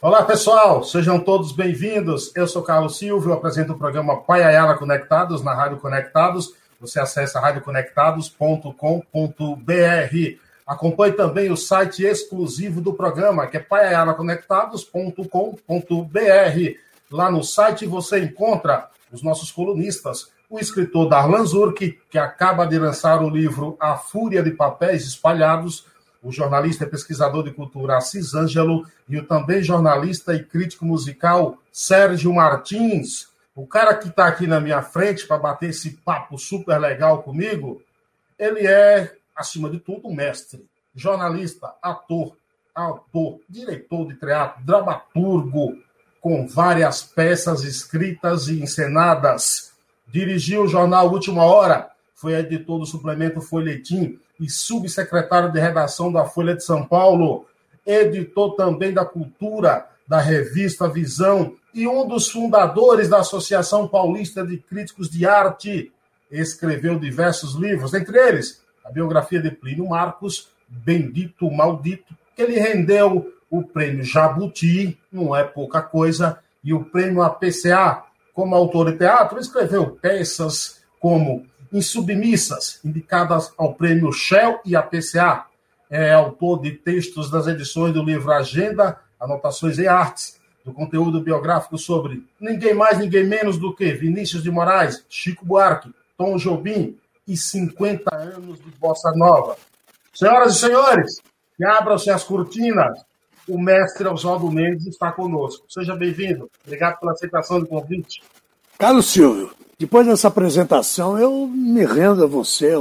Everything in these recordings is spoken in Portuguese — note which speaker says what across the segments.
Speaker 1: Olá, pessoal, sejam todos bem-vindos. Eu sou Carlos Silva, eu apresento o programa Paiaiana Conectados na Rádio Conectados. Você acessa radioconectados.com.br. Acompanhe também o site exclusivo do programa, que é paiaianaconectados.com.br. Lá no site você encontra os nossos colunistas, o escritor Darlan Zurk, que acaba de lançar o livro A Fúria de Papéis Espalhados, o jornalista e pesquisador de cultura Assis Ângelo e o também jornalista e crítico musical Sérgio Martins. O cara que está aqui na minha frente para bater esse papo super legal comigo, ele é, acima de tudo, um mestre, jornalista, ator, autor, diretor de teatro, dramaturgo, com várias peças escritas e encenadas. Dirigiu o jornal Última Hora, foi editor do suplemento Folhetim e subsecretário de redação da Folha de São Paulo, editor também da Cultura, da revista Visão e um dos fundadores da Associação Paulista de Críticos de Arte. Escreveu diversos livros, entre eles a biografia de Plínio Marcos, Bendito Maldito, que lhe rendeu o prêmio Jabuti, não é pouca coisa, e o prêmio APCA. Como autor de teatro, escreveu peças como Insubmissas, indicadas ao prêmio Shell e APCA. É autor de textos das edições do livro Agenda, Anotações e Artes, do conteúdo biográfico sobre ninguém mais, ninguém menos do que Vinícius de Moraes, Chico Buarque, Tom Jobim e 50 anos de Bossa Nova. Senhoras e senhores, que abram-se as cortinas. O mestre Oswaldo Mendes está conosco. Seja bem-vindo. Obrigado pela aceitação do convite.
Speaker 2: Carlos Silvio, depois dessa apresentação, eu me rendo a você,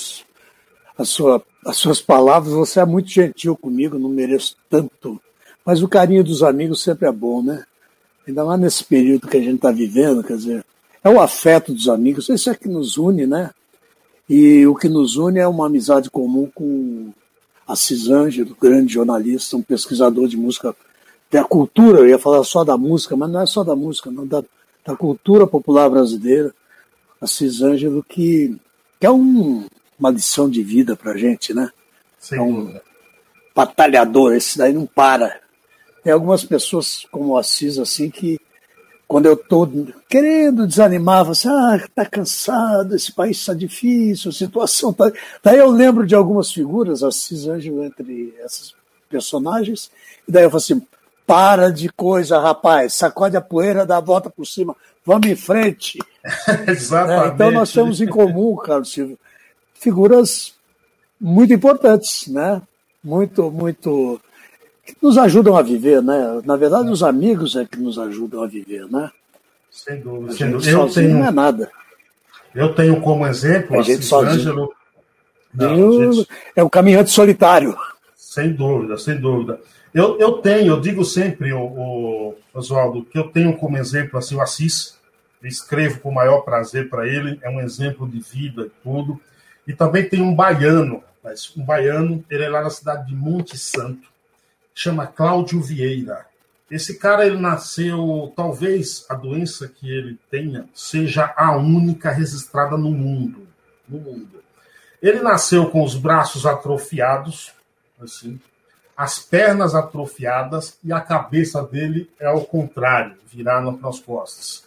Speaker 2: as suas palavras. Você é muito gentil comigo, não mereço tanto. Mas o carinho dos amigos sempre é bom, né? Ainda mais nesse período que a gente está vivendo, quer dizer, é o afeto dos amigos, isso é que nos une, né? E o que nos une é uma amizade comum com Assis Ângelo, grande jornalista, um pesquisador de música, da cultura, eu ia falar só da música, mas não é só da música, não, da cultura popular brasileira. Assis Ângelo, que é uma lição de vida pra gente, né?
Speaker 1: Sim.
Speaker 2: É um batalhador, esse daí não para. Tem algumas pessoas como o Assis, assim, que quando eu estou querendo desanimar, você, tá cansado, esse país está difícil, a situação tá... Daí eu lembro de algumas figuras, Assis Ângelo entre essas personagens, e daí eu falo assim, para de coisa, rapaz, sacode a poeira, dá a volta por cima, vamos em frente.
Speaker 1: Exatamente.
Speaker 2: Então nós temos em comum, Carlos Silvio, figuras muito importantes, né? Muito, muito... que nos ajudam a viver, né? Na verdade, os amigos é que nos ajudam a viver, né?
Speaker 1: Sem dúvida.
Speaker 2: Sozinho não é nada.
Speaker 1: Eu tenho como exemplo Assis Ângelo.
Speaker 2: É um caminhante solitário.
Speaker 1: Sem dúvida, sem dúvida. Eu digo sempre, Oswaldo, que eu tenho como exemplo assim, o Assis, eu escrevo com o maior prazer para ele, é um exemplo de vida e tudo. E também tem um baiano, ele é lá na cidade de Monte Santo, chama Cláudio Vieira. Esse cara, ele nasceu, talvez a doença que ele tenha seja a única registrada no mundo. Ele nasceu com os braços atrofiados, assim, as pernas atrofiadas e a cabeça dele é ao contrário, virada nas costas.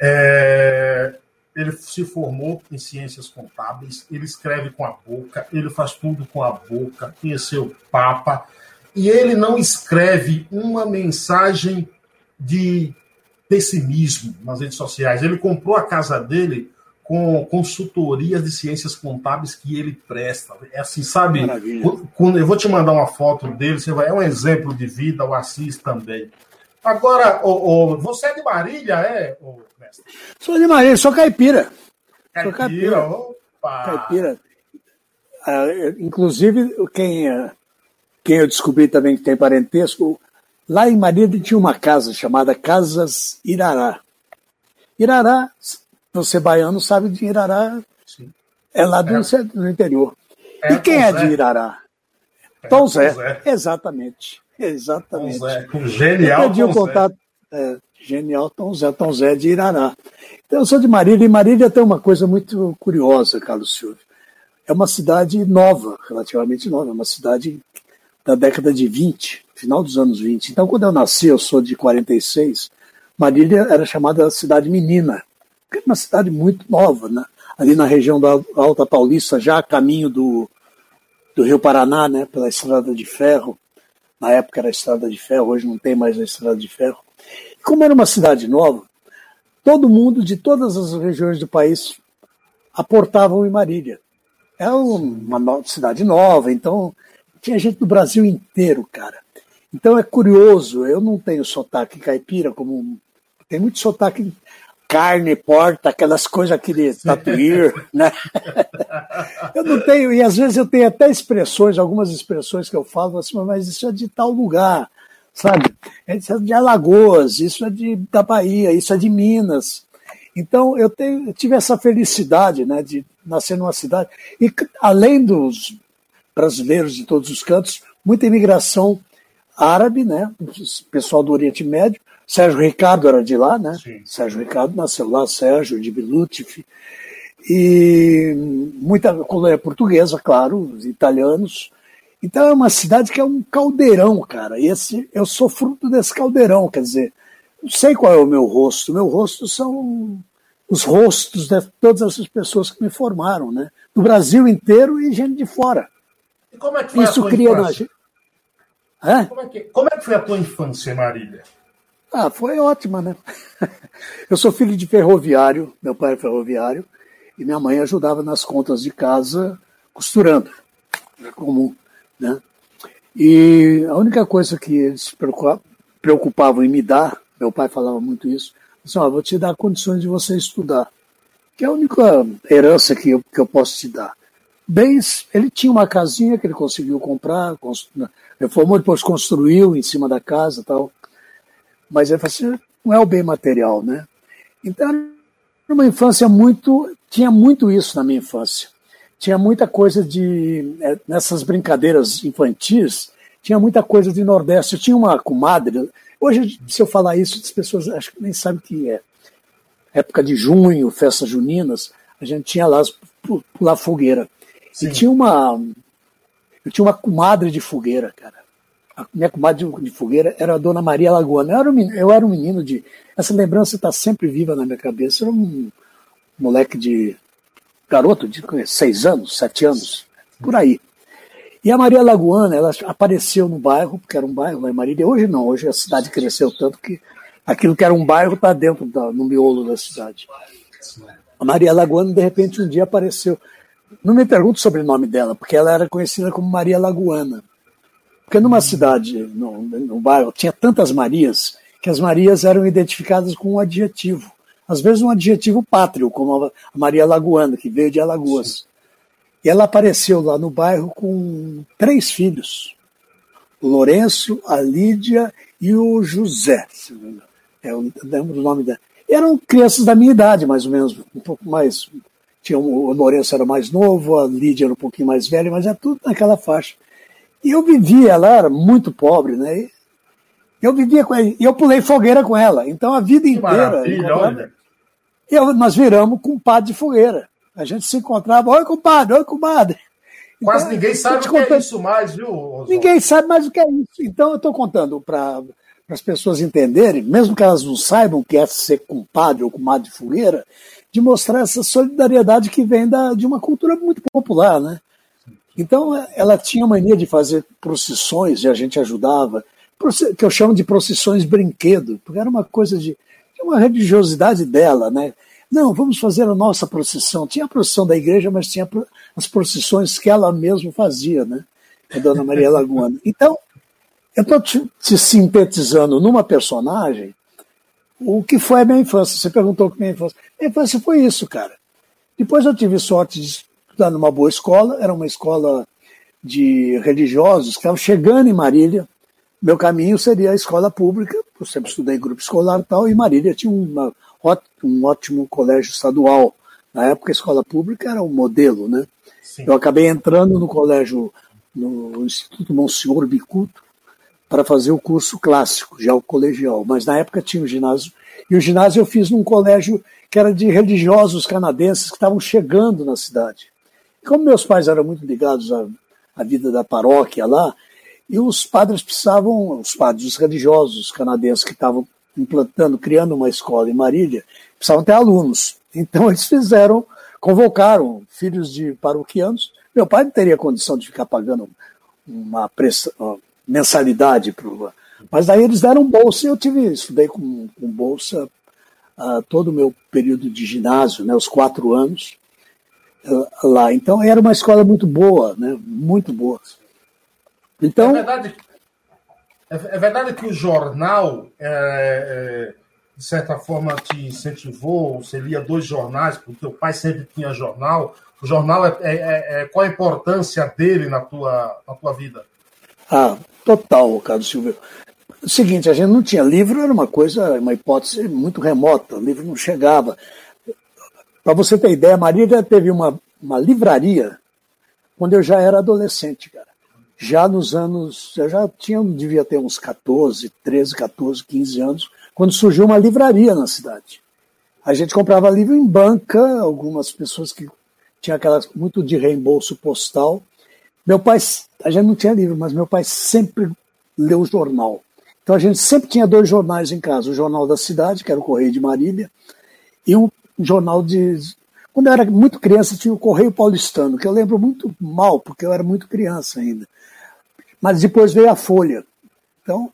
Speaker 1: Ele se formou em ciências contábeis, ele escreve com a boca, ele faz tudo com a boca, conheceu o Papa, e ele não escreve uma mensagem de pessimismo nas redes sociais. Ele comprou a casa dele com consultorias de ciências contábeis que ele presta. É assim, sabe? Eu vou te mandar uma foto dele, é um exemplo de vida, o Assis também. Agora, você é de Marília, mestre?
Speaker 2: Sou de Marília, sou caipira.
Speaker 1: Caipira, opa!
Speaker 2: Caipira. Inclusive, quem eu descobri também que tem parentesco, lá em Marília tinha uma casa chamada Casas Irará. Irará, você baiano sabe de Irará, sim. É lá no interior. E quem é de Irará? Tom Zé. Exatamente.
Speaker 1: Tom Zé. O genial
Speaker 2: eu perdi o contato. Genial Tom Zé de Irará. Então eu sou de Marília, e Marília tem uma coisa muito curiosa, Carlos Silvio. É uma cidade nova, relativamente nova, é uma cidade da década de 20, final dos anos 20. Então, quando eu nasci, eu sou de 46, Marília era chamada Cidade Menina, porque é uma cidade muito nova, né? Ali na região da Alta Paulista, já a caminho do Rio Paraná, né? Pela Estrada de Ferro. Na época era a Estrada de Ferro, hoje não tem mais a Estrada de Ferro. E como era uma cidade nova, todo mundo de todas as regiões do país aportavam em Marília. É uma cidade nova, então tinha gente do Brasil inteiro, cara. Então é curioso, eu não tenho sotaque caipira, como tem muito sotaque carne, porta, aquelas coisas, aquele tatuir, né? Eu não tenho, e às vezes eu tenho até expressões, algumas expressões que eu falo assim, mas isso é de tal lugar, sabe? Isso é de Alagoas, isso é da Bahia, isso é de Minas. Então eu tive essa felicidade, né, de nascer numa cidade, e além dos brasileiros de todos os cantos, muita imigração árabe, né, pessoal do Oriente Médio. Sérgio Ricardo era de lá, né? Sim. Sérgio Ricardo nasceu lá, Sérgio de Bilútif, e muita colônia portuguesa, claro, os italianos. Então é uma cidade que é um caldeirão, cara, e eu sou fruto desse caldeirão, quer dizer, não sei qual é o meu rosto são os rostos de todas essas pessoas que me formaram, né? Do Brasil inteiro e gente de fora.
Speaker 1: E como é que foi
Speaker 2: isso
Speaker 1: a tua
Speaker 2: cria
Speaker 1: infância? Como é que foi a tua infância, Marília?
Speaker 2: Foi ótima, né? Eu sou filho de ferroviário, meu pai é ferroviário, e minha mãe ajudava nas contas de casa costurando. Era comum, né? E a única coisa que eles se preocupavam em me dar, meu pai falava muito isso, assim, vou te dar condições de você estudar, que é a única herança que eu posso te dar. Bens, ele tinha uma casinha que ele conseguiu comprar, reformou, depois construiu em cima da casa e tal. Mas ele falou assim, não é o bem material, né? Então, era uma infância tinha muito isso na minha infância. Tinha muita coisa nessas brincadeiras infantis, tinha muita coisa de Nordeste. Eu tinha uma comadre, hoje, se eu falar isso, as pessoas acho que nem sabem o que é. Época de junho, festas juninas, a gente tinha lá pular fogueira. Sim. E eu tinha uma comadre de fogueira, cara. A minha comadre de fogueira era a Dona Maria Lagoana. Eu era um menino essa lembrança está sempre viva na minha cabeça. Eu era um moleque garoto de 6 anos, 7 anos, por aí. E a Maria Lagoana, ela apareceu no bairro, porque era um bairro lá em Marília. Hoje não, hoje a cidade cresceu tanto que aquilo que era um bairro está dentro no miolo da cidade. A Maria Lagoana, de repente, um dia apareceu. Não me pergunte sobre o nome dela, porque ela era conhecida como Maria Lagoana. Porque numa cidade, no bairro, tinha tantas Marias, que as Marias eram identificadas com um adjetivo. Às vezes um adjetivo pátrio, como a Maria Lagoana, que veio de Alagoas. Sim. E ela apareceu lá no bairro com 3 filhos. O Lourenço, a Lídia e o José. Eu lembro do nome dela. Eram crianças da minha idade, mais ou menos, um pouco mais. O Lourenço era mais novo, a Lídia era um pouquinho mais velha, mas é tudo naquela faixa. E eu vivia, ela era muito pobre, né? Eu vivia com ela, e eu pulei fogueira com ela. Então a vida inteira. Nós viramos compadre de fogueira. A gente se encontrava, oi compadre, oi comadre.
Speaker 1: Quase então, ninguém sabe o que é isso mais, viu, Oswaldo?
Speaker 2: Ninguém sabe mais o que é isso. Então eu estou contando para as pessoas entenderem, mesmo que elas não saibam o que é ser compadre ou comadre de fogueira, de mostrar essa solidariedade que vem de uma cultura muito popular, né? Então, ela tinha mania de fazer procissões, e a gente ajudava, que eu chamo de procissões brinquedo, porque era uma coisa de uma religiosidade dela, né? Não, vamos fazer a nossa procissão. Tinha a procissão da igreja, mas tinha as procissões que ela mesma fazia, né? A Dona Maria Lagoana. Então, eu estou te sintetizando numa personagem o que foi a minha infância. Você perguntou o que minha infância. Minha infância foi isso, cara. Depois eu tive sorte de estudar numa boa escola, era uma escola de religiosos que estavam chegando em Marília. Meu caminho seria a escola pública, eu sempre estudei em grupo escolar e tal, e Marília tinha um ótimo colégio estadual. Na época a escola pública era o modelo, né? Sim. Eu acabei entrando no colégio, no Instituto Monsenhor Bicuto, para fazer o curso clássico, já o colegial, mas na época tinha o ginásio, e o ginásio eu fiz num colégio que era de religiosos canadenses que estavam chegando na cidade. E como meus pais eram muito ligados à vida da paróquia lá, E os padres precisavam, os padres, os religiosos canadenses que estavam criando uma escola em Marília, precisavam ter alunos. Então eles convocaram filhos de paroquianos. Meu pai não teria condição de ficar pagando uma mensalidade, mas daí eles deram bolsa e eu estudei com bolsa todo o meu período de ginásio, né, os 4 anos lá. Então era uma escola muito boa, né, muito boa. Então,
Speaker 1: é verdade que o jornal, de certa forma, te incentivou, você lia 2 jornais, porque o pai sempre tinha jornal. O jornal, qual a importância dele na tua vida?
Speaker 2: Total, Carlos Silva. O seguinte, a gente não tinha livro, era uma hipótese muito remota, o livro não chegava. Para você ter ideia, Marília teve uma livraria quando eu já era adolescente, cara. Já nos anos, devia ter uns 13, 14, 15 anos, quando surgiu uma livraria na cidade. A gente comprava livro em banca, algumas pessoas que tinham aquelas muito de reembolso postal. Meu pai, a gente não tinha livro, mas meu pai sempre leu jornal. Então a gente sempre tinha 2 jornais em casa, o Jornal da Cidade, que era o Correio de Marília, e um jornal Quando eu era muito criança, tinha o Correio Paulistano, que eu lembro muito mal, porque eu era muito criança ainda. Mas depois veio a Folha. Então,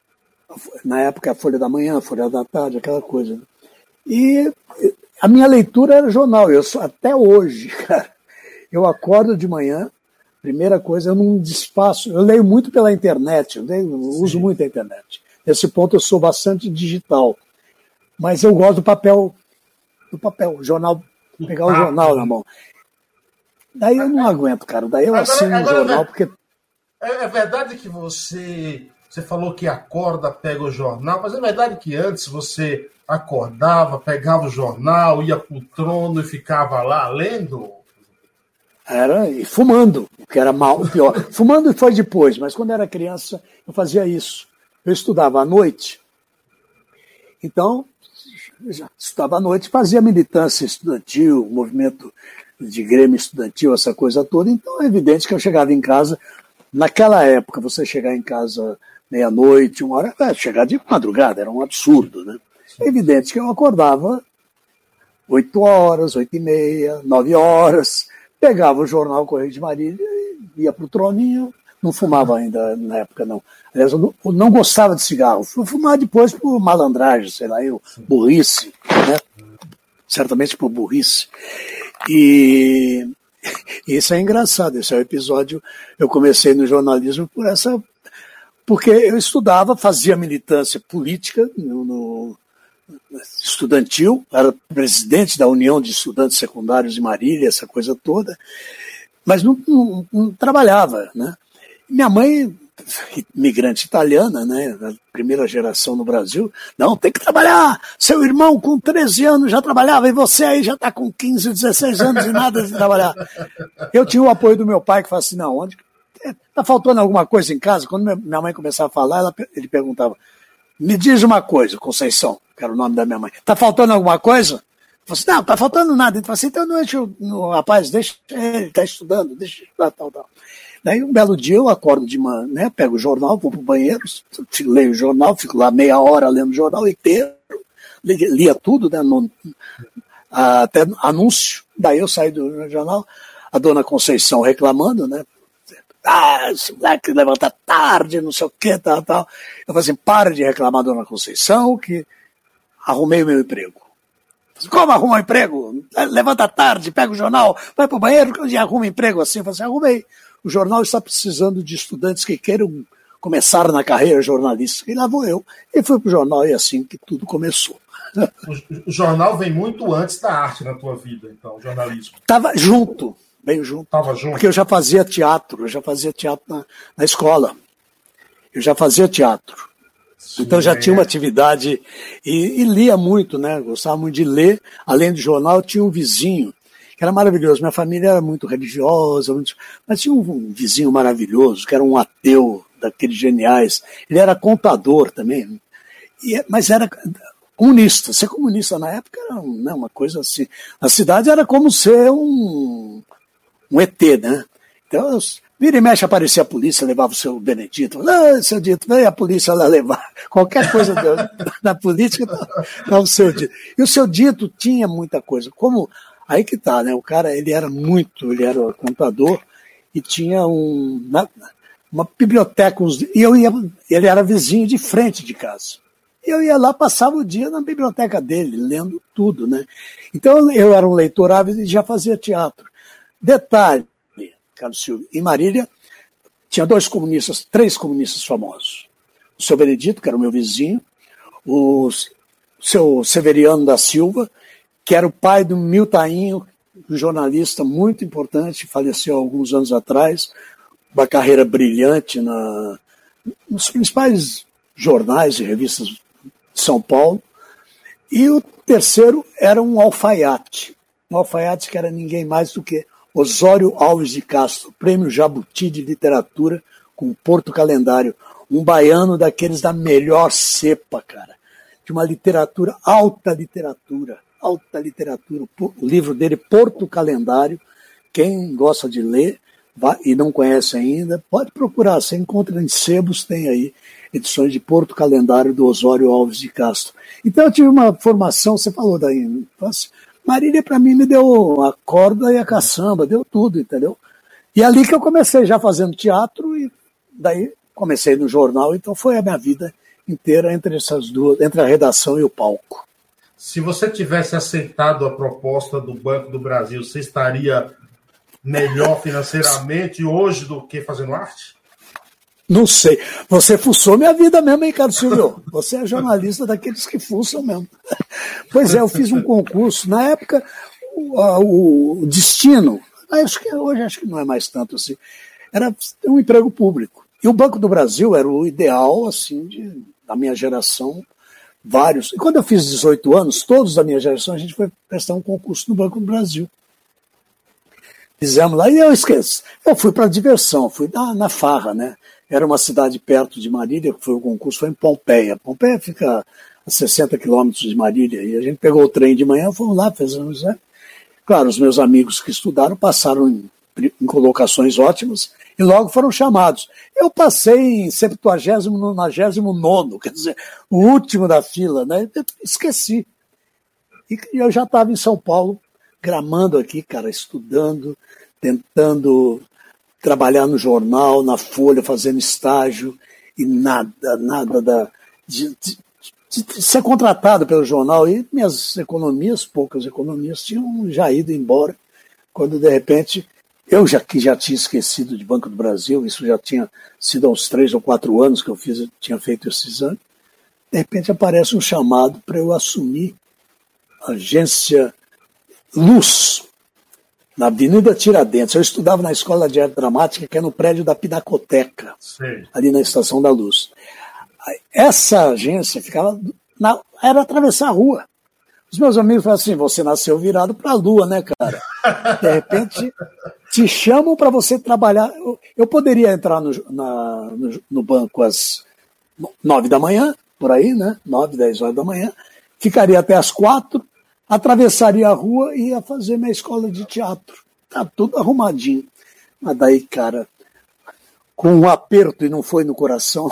Speaker 2: na época, a Folha da Manhã, a Folha da Tarde, aquela coisa. Né? E a minha leitura era jornal. Até hoje, cara, eu acordo de manhã, primeira coisa, eu não desfaço. Eu leio muito pela internet, uso muito a internet. Nesse ponto, eu sou bastante digital. Mas eu gosto do papel, jornal, pegar o jornal na mão. Daí eu não aguento, cara. Daí eu assino o jornal, porque...
Speaker 1: É verdade que você falou que acorda, pega o jornal, mas é verdade que antes você acordava, pegava o jornal, ia pro trono e ficava lá lendo?
Speaker 2: Era, e fumando, que era pior. Fumando foi depois, mas quando era criança eu fazia isso. Eu estudava à noite, então estudava à noite, fazia militância estudantil, movimento de grêmio estudantil, essa coisa toda, então é evidente que eu chegava em casa. Naquela época, você chegar em casa meia-noite, 1h, chegar de madrugada, era um absurdo, né? É evidente que eu acordava 8h, 8h30, 9h, pegava o jornal Correio de Marília e ia para o troninho, não fumava ainda na época, não. Aliás, eu não gostava de cigarro, fui fumar depois por malandragem, sei lá, burrice, né? Certamente por burrice. E isso é engraçado, esse é o episódio, eu comecei no jornalismo porque eu estudava, fazia militância política no estudantil, era presidente da União de Estudantes Secundários de Marília, essa coisa toda, mas não trabalhava, né? Minha mãe, imigrante italiana, né, da primeira geração no Brasil, não, tem que trabalhar, seu irmão com 13 anos já trabalhava e você aí já está com 15, 16 anos e nada de trabalhar. Eu tinha o apoio do meu pai que falava assim, não, está faltando alguma coisa em casa? Quando minha mãe começava a falar, ele perguntava, me diz uma coisa, Conceição, que era o nome da minha mãe, está faltando alguma coisa? Eu falei assim, não, está faltando nada. Ele falou assim, então não enche o rapaz, deixa ele, está estudando, deixa ele estudar, tal. Daí um belo dia eu acordo de manhã, né, pego o jornal, vou para o banheiro, leio o jornal, fico lá meia hora lendo o jornal inteiro, lia tudo, né, até anúncio. Daí eu saí do jornal, a dona Conceição reclamando, né, esse moleque levanta tarde, não sei o que, tal. Eu falei assim, para de reclamar, dona Conceição, que arrumei o meu emprego. Como arruma um emprego? Levanta tarde, pega o jornal, vai para o banheiro e arruma emprego assim. Eu falei assim, arrumei. O jornal está precisando de estudantes que queiram começar na carreira jornalística. E lá vou eu. E fui para o jornal e assim que tudo começou.
Speaker 1: O jornal vem muito antes da arte na tua vida, então, o jornalismo.
Speaker 2: Estava junto, bem junto.
Speaker 1: Estava junto.
Speaker 2: Porque eu já fazia teatro, na escola. Eu já fazia teatro. Sim, então já tinha uma atividade e lia muito, né? Gostava muito de ler. Além do jornal, eu tinha um vizinho que era maravilhoso. Minha família era muito religiosa, mas tinha um vizinho maravilhoso, que era um ateu daqueles geniais. Ele era contador também, mas era comunista. Ser comunista na época era uma coisa assim. Na cidade era como ser um ET, né? Então, vira e mexe, aparecia a polícia, levava o seu Benedito. Seu Dito, vem a polícia lá levar. Qualquer coisa na política, dá o seu Dito. E o seu Dito tinha muita coisa. Como, aí que tá, né? O cara, ele era contador e tinha uma biblioteca. Ele era vizinho de frente de casa. Eu ia lá, passava o dia na biblioteca dele, lendo tudo, né? Então, eu era um leitor ávido e já fazia teatro. Detalhe, Carlos Silvio, em Marília tinha três comunistas famosos. O seu Benedito, que era o meu vizinho, o seu Severiano da Silva, que era o pai do Miltainho, um jornalista muito importante, faleceu há alguns anos atrás, uma carreira brilhante nos principais jornais e revistas de São Paulo. E o terceiro era um alfaiate que era ninguém mais do que Osório Alves de Castro, Prêmio Jabuti de Literatura com Porto Calendário, um baiano daqueles da melhor cepa, cara, de uma literatura, alta literatura. O livro dele, Porto Calendário, quem gosta de ler e não conhece ainda, pode procurar, você encontra em sebos, tem aí edições de Porto Calendário do Osório Alves de Castro. Então eu tive uma formação, você falou da infância, Marília para mim me deu a corda e a caçamba, deu tudo, entendeu? E ali que eu comecei já fazendo teatro e daí comecei no jornal, então foi a minha vida inteira entre essas duas, entre a redação e o palco.
Speaker 1: Se você tivesse aceitado a proposta do Banco do Brasil, você estaria melhor financeiramente hoje do que fazendo arte?
Speaker 2: Não sei. Você fuçou minha vida mesmo, hein, Carlos Silvio? Você é jornalista daqueles que fuçam mesmo. Pois é, eu fiz um concurso. Na época, o destino, hoje acho que não é mais tanto assim, era um emprego público. E o Banco do Brasil era o ideal, assim, da minha geração, vários. E quando eu fiz 18 anos, todos da minha geração, a gente foi prestar um concurso no Banco do Brasil. Fizemos lá e eu esqueci. Eu fui para diversão, fui na farra, né? Era uma cidade perto de Marília, que foi o concurso, foi em Pompeia. Pompeia fica a 60 quilômetros de Marília, e a gente pegou o trem de manhã, fomos lá, fizemos, né? Claro, os meus amigos que estudaram passaram em colocações ótimas e logo foram chamados. Eu passei em 70º, 99º, quer dizer, o último da fila, né? Eu esqueci. E eu já estava em São Paulo, gramando aqui, cara, estudando, tentando trabalhar no jornal, na Folha, fazendo estágio, e nada de ser contratado pelo jornal. E minhas economias, poucas economias, tinham já ido embora, quando de repente, que já tinha esquecido de Banco do Brasil, isso já tinha sido há uns 3 ou 4 anos que eu tinha feito esse exame, de repente aparece um chamado para eu assumir a agência Luz, na Avenida Tiradentes. Eu estudava na Escola de Arte Dramática, que é no prédio da Pinacoteca, ali na Estação da Luz. Essa agência ficava era atravessar a rua. Os meus amigos falaram assim, você nasceu virado para a lua, né, cara? De repente, te chamam para você trabalhar. Eu poderia entrar no banco às 9 da manhã, por aí, né? 9, 10 horas da manhã. Ficaria até às 4, atravessaria a rua e ia fazer minha escola de teatro. Tá tudo arrumadinho. Mas daí, cara, com um aperto e não foi no coração,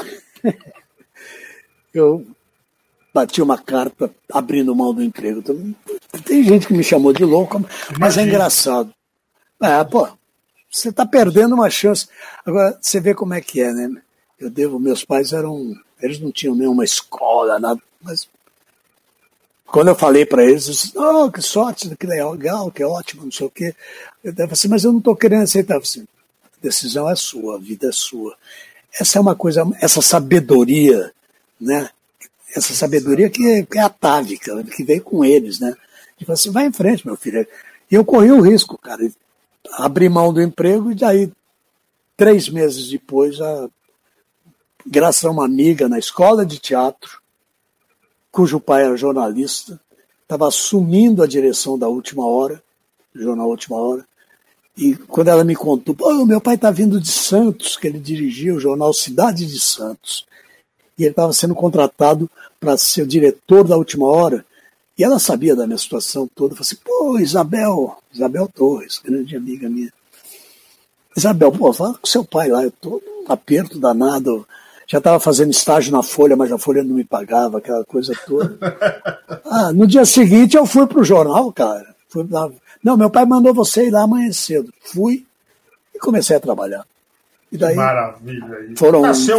Speaker 2: eu bati uma carta abrindo mão do emprego. Tem gente que me chamou de louco, mas é engraçado. Você tá perdendo uma chance. Agora, você vê como é que é, né? Meus pais eles não tinham nenhuma escola, nada, mas quando eu falei para eles, eu disse, que sorte, que legal, que ótimo, não sei o quê. Eu falei assim, mas eu não estou querendo aceitar. Eu falei assim, a decisão é sua, a vida é sua. Essa é uma coisa, essa sabedoria, né? Essa sabedoria que é atávica, que vem com eles, né? E falei assim, vai em frente, meu filho. E eu corri o risco, cara. Abri mão do emprego e daí, 3 meses depois, graças a uma amiga na escola de teatro, cujo pai era jornalista, estava assumindo a direção da Última Hora, do jornal Última Hora, e quando ela me contou, meu pai está vindo de Santos, que ele dirigia o jornal Cidade de Santos, e ele estava sendo contratado para ser o diretor da Última Hora, e ela sabia da minha situação toda, eu falei assim, Isabel Torres, grande amiga minha, Isabel, pô, fala com seu pai lá, eu tô num aperto danado. Já estava fazendo estágio na Folha, mas a Folha não me pagava, aquela coisa toda. No dia seguinte eu fui pro jornal, cara. Fui lá. Não, meu pai mandou você ir lá amanhã cedo. Fui e comecei a trabalhar. E daí
Speaker 1: maravilha.
Speaker 2: Foram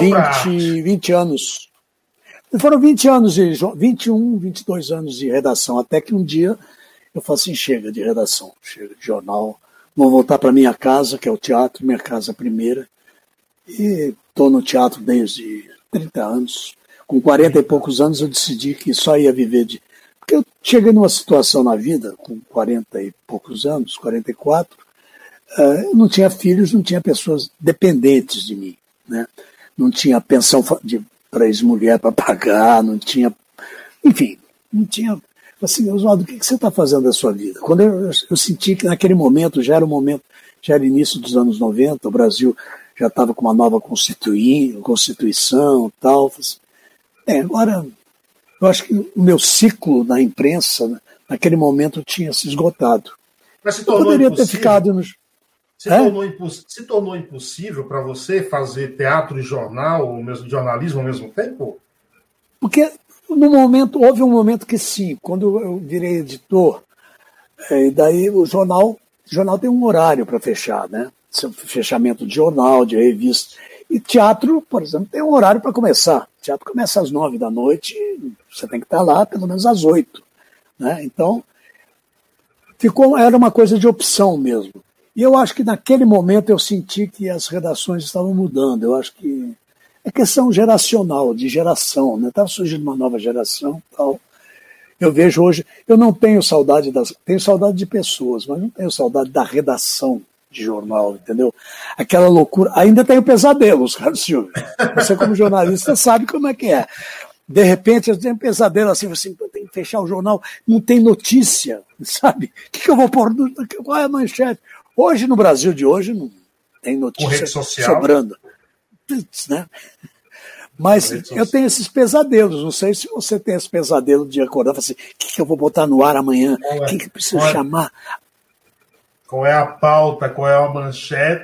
Speaker 2: 20 anos. Foram 20 anos, 21, 22 anos de redação, até que um dia eu falei assim, chega de redação, chega de jornal, vou voltar para minha casa, que é o teatro, minha casa primeira, e estou no teatro desde 30 anos. Com 40 e poucos anos eu decidi que só ia viver de... Porque eu cheguei numa situação na vida, com 40 e poucos anos, 44, eu não tinha filhos, não tinha pessoas dependentes de mim, né? Não tinha pensão para ex-mulher para pagar, não tinha... Enfim, não tinha... Assim, Oswaldo, o que você está fazendo da sua vida? Quando eu senti que naquele momento, já era início dos anos 90, o Brasil já estava com uma nova Constituição e tal. Agora, eu acho que o meu ciclo na imprensa, naquele momento, tinha se esgotado.
Speaker 1: Mas se tornou
Speaker 2: poderia
Speaker 1: impossível.
Speaker 2: Ter ficado nos...
Speaker 1: Se tornou impossível para você fazer teatro e jornal, ou mesmo jornalismo ao mesmo tempo?
Speaker 2: Porque houve um momento que sim, quando eu virei editor, e daí o jornal tem um horário para fechar, né? Fechamento de jornal, de revista. E teatro, por exemplo, tem um horário para começar. O teatro começa às 9 da noite, você tem que estar lá pelo menos às 8. Né? Então, era uma coisa de opção mesmo. E eu acho que naquele momento eu senti que as redações estavam mudando. Eu acho que é questão geracional, de geração, né? Estava surgindo uma nova geração tal. Eu vejo hoje, eu não tenho saudade tenho saudade de pessoas, mas não tenho saudade da redação de jornal, entendeu? Aquela loucura. Ainda tenho pesadelos, Carlos Silvio. Você, como jornalista, sabe como é que é. De repente, eu tenho um pesadelo assim, tem que fechar o jornal, não tem notícia, sabe? O que eu vou pôr? Qual é a manchete? Hoje, no Brasil de hoje, não tem notícia sobrando. Né? Mas eu tenho esses pesadelos, não sei se você tem esse pesadelo de acordar e falar assim, o que eu vou botar no ar amanhã? Quem que preciso chamar?
Speaker 1: Qual é a pauta, qual é a manchete,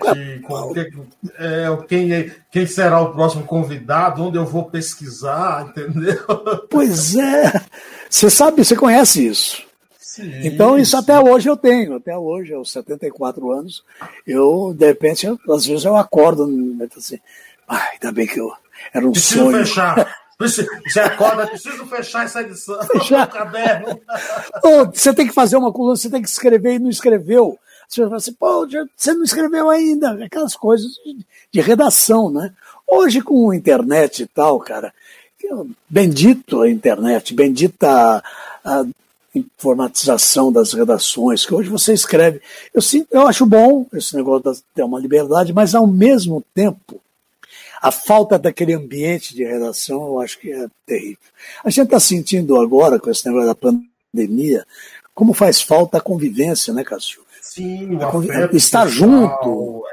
Speaker 1: quem será o próximo convidado, onde eu vou pesquisar, entendeu?
Speaker 2: Pois é, você conhece isso.
Speaker 1: Sim,
Speaker 2: então isso até hoje eu tenho, aos 74 anos, de repente, às vezes eu acordo, assim, ainda bem que era um
Speaker 1: preciso
Speaker 2: sonho.
Speaker 1: Fechar. Você acorda, preciso fechar essa edição,
Speaker 2: fechar.
Speaker 1: O caderno.
Speaker 2: Você tem que fazer uma coluna, você tem que escrever e não escreveu. Você fala assim, você não escreveu ainda, aquelas coisas de redação, né? Hoje com a internet e tal, cara, bendito a internet, bendita a informatização das redações, que hoje você escreve. Eu acho bom esse negócio de ter uma liberdade, mas ao mesmo tempo, a falta daquele ambiente de redação, eu acho que é terrível. A gente está sentindo agora, com esse negócio da pandemia, como faz falta a convivência, né, Cássio?
Speaker 1: Sim, o afeto
Speaker 2: estar junto.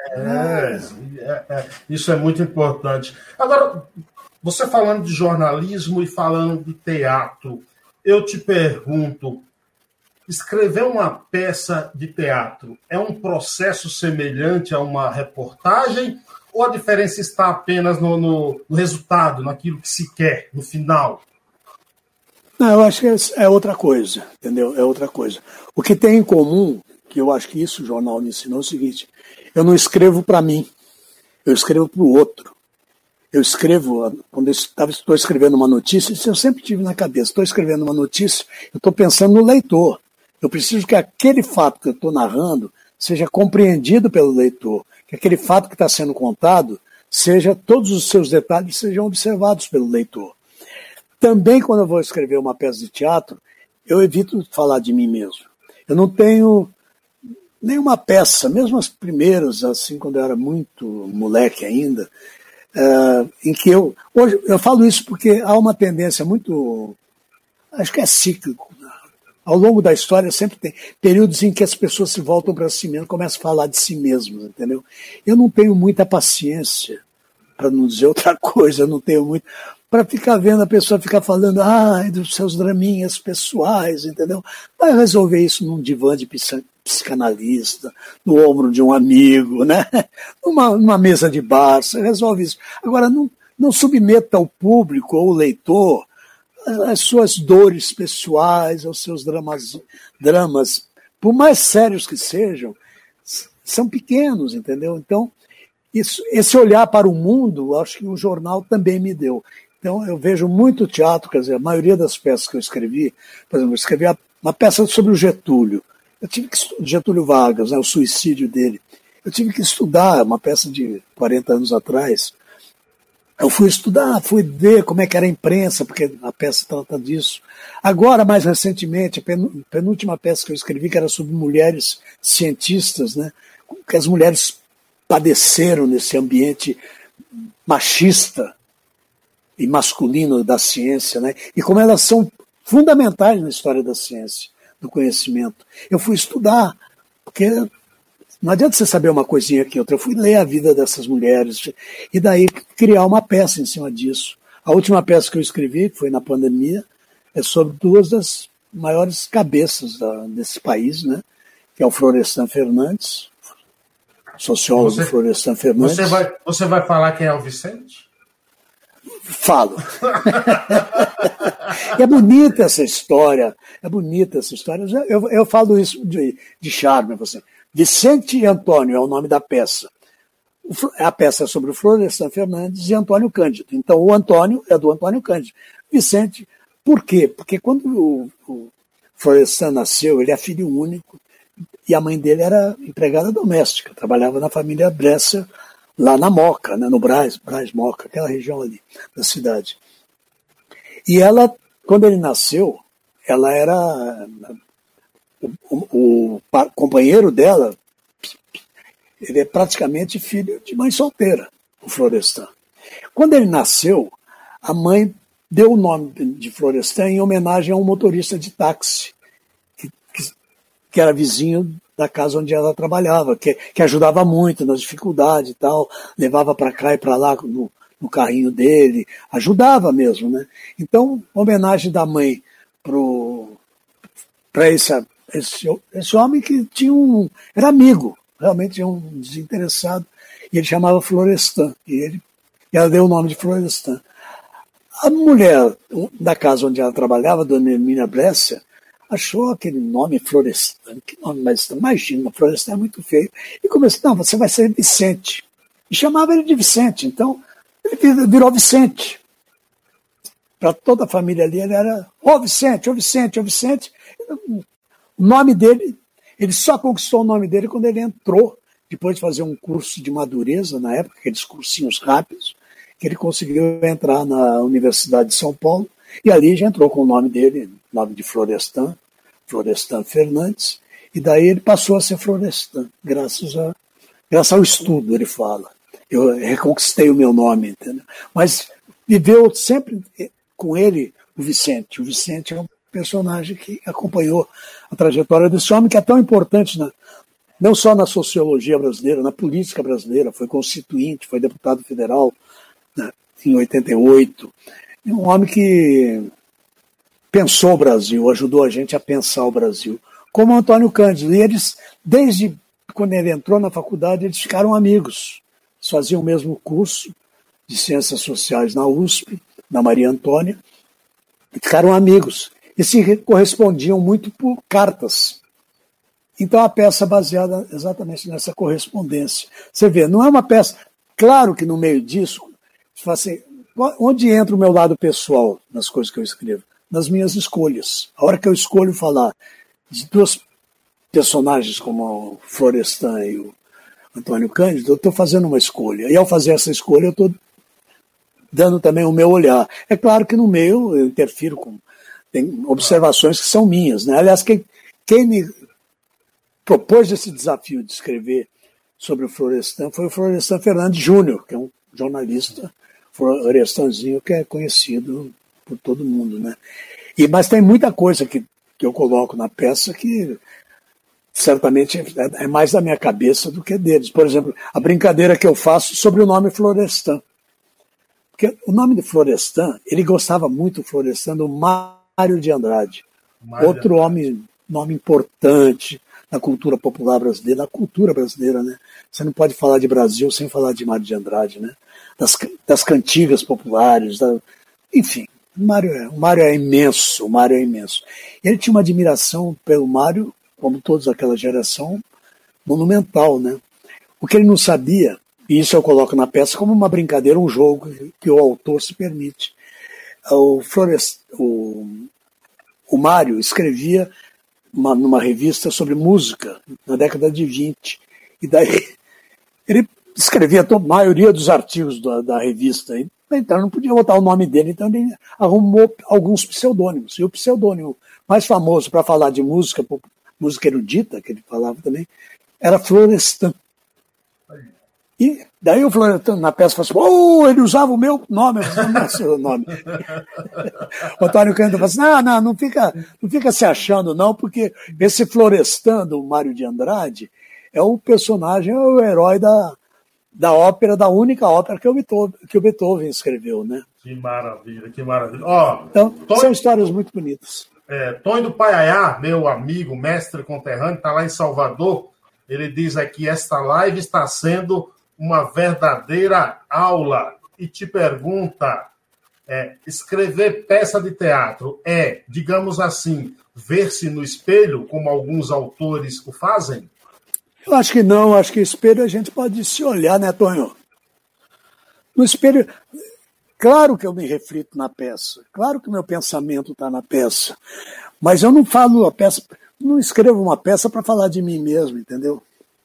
Speaker 1: Isso é muito importante. Agora, você falando de jornalismo e falando de teatro, eu te pergunto, escrever uma peça de teatro é um processo semelhante a uma reportagem ou a diferença está apenas no resultado, naquilo que se quer, no final?
Speaker 2: Não, eu acho que é outra coisa, entendeu? É outra coisa. O que tem em comum, que eu acho que isso o jornal me ensinou, é o seguinte, eu não escrevo para mim, eu escrevo para o outro. Eu escrevo, quando eu estou escrevendo uma notícia, isso eu sempre tive na cabeça, estou escrevendo uma notícia, eu estou pensando no leitor. Eu preciso que aquele fato que eu estou narrando seja compreendido pelo leitor, que aquele fato que está sendo contado, todos os seus detalhes sejam observados pelo leitor. Também, quando eu vou escrever uma peça de teatro, eu evito falar de mim mesmo. Eu não tenho nenhuma peça, mesmo as primeiras, assim, quando eu era muito moleque ainda, em que hoje eu falo isso porque há uma tendência muito, acho que é cíclico, né? Ao longo da história sempre tem períodos em que as pessoas se voltam para si mesmas, começam a falar de si mesmas, entendeu? Eu não tenho muita paciência, para não dizer outra coisa, eu não tenho muito, para ficar vendo a pessoa ficar falando dos seus draminhas pessoais, entendeu? Vai resolver isso num divã de psicanalista, no ombro de um amigo, né? Numa mesa de bar, você resolve isso. Agora, não submeta ao público ou o leitor às suas dores pessoais, aos seus dramas, por mais sérios que sejam, são pequenos, entendeu? Então, esse olhar para o mundo, acho que o jornal também me deu. Então, eu vejo muito teatro, quer dizer, a maioria das peças que eu escrevi, por exemplo, eu escrevi uma peça sobre o Getúlio. Eu tive que estudar Getúlio Vargas, né, o suicídio dele. Eu tive que estudar, uma peça de 40 anos atrás. Eu fui estudar, fui ver como é que era a imprensa, porque a peça trata disso. Agora, mais recentemente, a penúltima peça que eu escrevi, que era sobre mulheres cientistas, né, que as mulheres padeceram nesse ambiente machista e masculino da ciência, né, e como elas são fundamentais na história da ciência, do conhecimento. Eu fui estudar, porque não adianta você saber uma coisinha aqui, outra. Eu fui ler a vida dessas mulheres e daí criar uma peça em cima disso. A última peça que eu escrevi, que foi na pandemia, é sobre duas das maiores cabeças desse país, né? Que é o Florestan Fernandes, sociólogo Florestan Fernandes.
Speaker 1: Você vai falar quem é o Vicente?
Speaker 2: Falo. É bonita essa história. É bonita essa história. Eu falo isso de charme. Você. Vicente e Antônio é o nome da peça. A peça é sobre o Florestan Fernandes e Antônio Cândido. Então, o Antônio é do Antônio Cândido. Vicente, por quê? Porque quando o Florestan nasceu, ele é filho único e a mãe dele era empregada doméstica, trabalhava na família Bresser, lá na Moca, né, no Brás Moca, aquela região ali da cidade. E ela, quando ele nasceu, ela era... O companheiro dela, ele é praticamente filho de mãe solteira, o Florestan. Quando ele nasceu, a mãe deu o nome de Florestan em homenagem a um motorista de táxi, que era vizinho da casa onde ela trabalhava, que ajudava muito nas dificuldades e tal, levava para cá e para lá no carrinho dele, ajudava mesmo, né? Então, homenagem da mãe para esse homem que era amigo, realmente um desinteressado, e ele chamava Florestan, e ela deu o nome de Florestan. A mulher da casa onde ela trabalhava, dona Hermínia Bresser, achou aquele nome Florestan, que nome mais imagina, Florestan é muito feio, e começou, não, você vai ser Vicente. E chamava ele de Vicente, então ele virou Vicente. Para toda a família ali, ele era, ô Vicente, ô Vicente, ô Vicente. O nome dele, ele só conquistou o nome dele quando ele entrou, depois de fazer um curso de madureza, na época, aqueles cursinhos rápidos, que ele conseguiu entrar na Universidade de São Paulo, e ali já entrou com o nome dele, nome de Florestan Fernandes, e daí ele passou a ser Florestan, graças ao estudo, ele fala. Eu reconquistei o meu nome, entendeu? Mas viveu sempre com ele o Vicente. O Vicente é um personagem que acompanhou a trajetória desse homem, que é tão importante não só na sociologia brasileira, na política brasileira, foi constituinte, foi deputado federal, né, em 88. Um homem que pensou o Brasil, ajudou a gente a pensar o Brasil, como Antônio Cândido. E eles, desde quando ele entrou na faculdade, eles ficaram amigos. Eles faziam o mesmo curso de Ciências Sociais na USP, na Maria Antônia, e ficaram amigos. E se correspondiam muito por cartas. Então a peça é baseada exatamente nessa correspondência. Você vê, não é uma peça... Claro que no meio disso, assim, onde entra o meu lado pessoal nas coisas que eu escrevo? Nas minhas escolhas. A hora que eu escolho falar de duas personagens como o Florestan e o Antônio Cândido, eu estou fazendo uma escolha. E ao fazer essa escolha, eu estou dando também o meu olhar. É claro que no meio eu interfiro tem observações que são minhas, né? Aliás, quem me propôs esse desafio de escrever sobre o Florestan foi o Florestan Fernandes Júnior, que é um jornalista florestanzinho que é conhecido por todo mundo, né? Mas tem muita coisa que eu coloco na peça que certamente é mais da minha cabeça do que deles. Por exemplo, a brincadeira que eu faço sobre o nome Florestan. Porque o nome de Florestan, ele gostava muito, Florestan, do Mário de Andrade. Outro homem, nome importante na cultura popular brasileira, na cultura brasileira, né? Você não pode falar de Brasil sem falar de Mário de Andrade, né? Das cantigas populares, enfim, o Mário é imenso, o Mário é imenso. Ele tinha uma admiração pelo Mário, como todos daquela geração, monumental, né? O que ele não sabia, e isso eu coloco na peça como uma brincadeira, um jogo que o autor se permite. O Mário escrevia numa revista sobre música na década de 20. E daí ele escrevia a maioria dos artigos da revista. Então não podia botar o nome dele, então ele arrumou alguns pseudônimos. E o pseudônimo mais famoso para falar de música erudita, que ele falava também, era Florestan. E daí o Florestan na peça falou assim, ele usava o meu nome, não é o seu nome. O Antônio Cândido falou assim, não fica se achando não, porque esse Florestan do Mário de Andrade é o personagem, é o herói da ópera, da única ópera que o Beethoven escreveu, né?
Speaker 1: Que maravilha, que maravilha.
Speaker 2: Então, são histórias muito bonitas.
Speaker 1: Tonho do Paiaiá, meu amigo, mestre conterrâneo, está lá em Salvador. Ele diz aqui, esta live está sendo uma verdadeira aula. E te pergunta, escrever peça de teatro digamos assim, ver-se no espelho, como alguns autores o fazem?
Speaker 2: Eu acho que não, acho que espelho a gente pode se olhar, né, Tonho? No espelho, claro que eu me reflito na peça, claro que meu pensamento está na peça, mas eu não falo a peça, não escrevo uma peça para falar de mim mesmo, entendeu?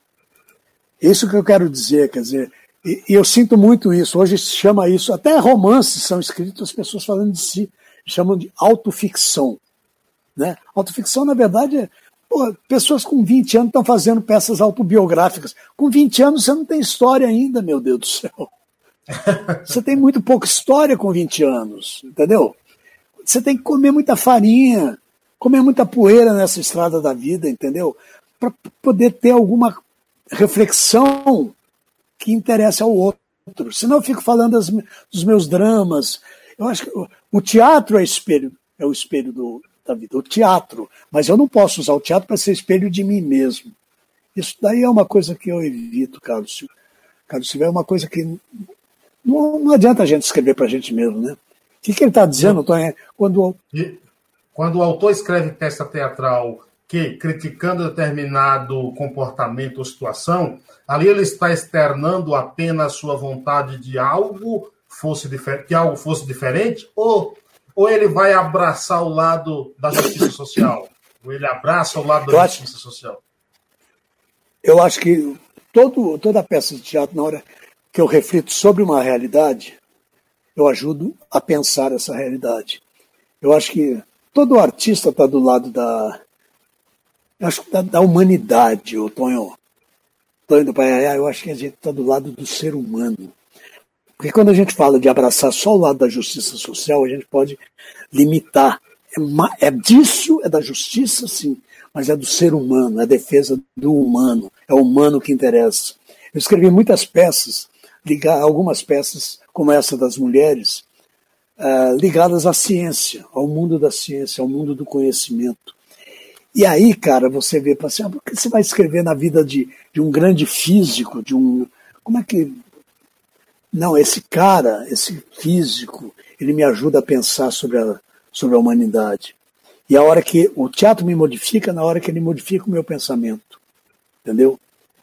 Speaker 2: Isso que eu quero dizer, quer dizer, e eu sinto muito isso, hoje se chama isso, até romances são escritos, as pessoas falando de si, chamam de autoficção, né? Autoficção, na verdade, pessoas com 20 anos estão fazendo peças autobiográficas. Com 20 anos você não tem história ainda, meu Deus do céu. Você tem muito pouca história com 20 anos, entendeu? Você tem que comer muita farinha, comer muita poeira nessa estrada da vida, entendeu? Para poder ter alguma reflexão que interesse ao outro. Senão eu fico falando dos meus dramas. Eu acho que o teatro é o espelho da vida, o teatro. Mas eu não posso usar o teatro para ser espelho de mim mesmo. Isso daí é uma coisa que eu evito, Carlos Silva. Carlos Silva, é uma coisa que não adianta a gente escrever para a gente mesmo, né? O que ele está dizendo, Tony? Quando
Speaker 1: o autor escreve peça teatral criticando determinado comportamento ou situação, ali ele está externando apenas a sua vontade de que algo fosse diferente, ou ele vai abraçar o lado da justiça social? Ou ele abraça o lado da justiça social?
Speaker 2: Eu acho que toda peça de teatro, na hora que eu reflito sobre uma realidade, eu ajudo a pensar essa realidade. Eu acho que todo artista está do lado da humanidade, o Tonho do Paiaiá, eu acho que a gente está do lado do ser humano. Porque quando a gente fala de abraçar só o lado da justiça social, a gente pode limitar. É da justiça, sim, mas é do ser humano, é a defesa do humano, é o humano que interessa. Eu escrevi muitas peças, algumas peças, como essa das mulheres, ligadas à ciência, ao mundo da ciência, ao mundo do conhecimento. E aí, cara, você vê, assim, por que você vai escrever na vida de um grande físico, como é que... Não, esse físico, ele me ajuda a pensar sobre a humanidade. E a hora que o teatro me modifica, na hora que ele modifica o meu pensamento. Entendeu?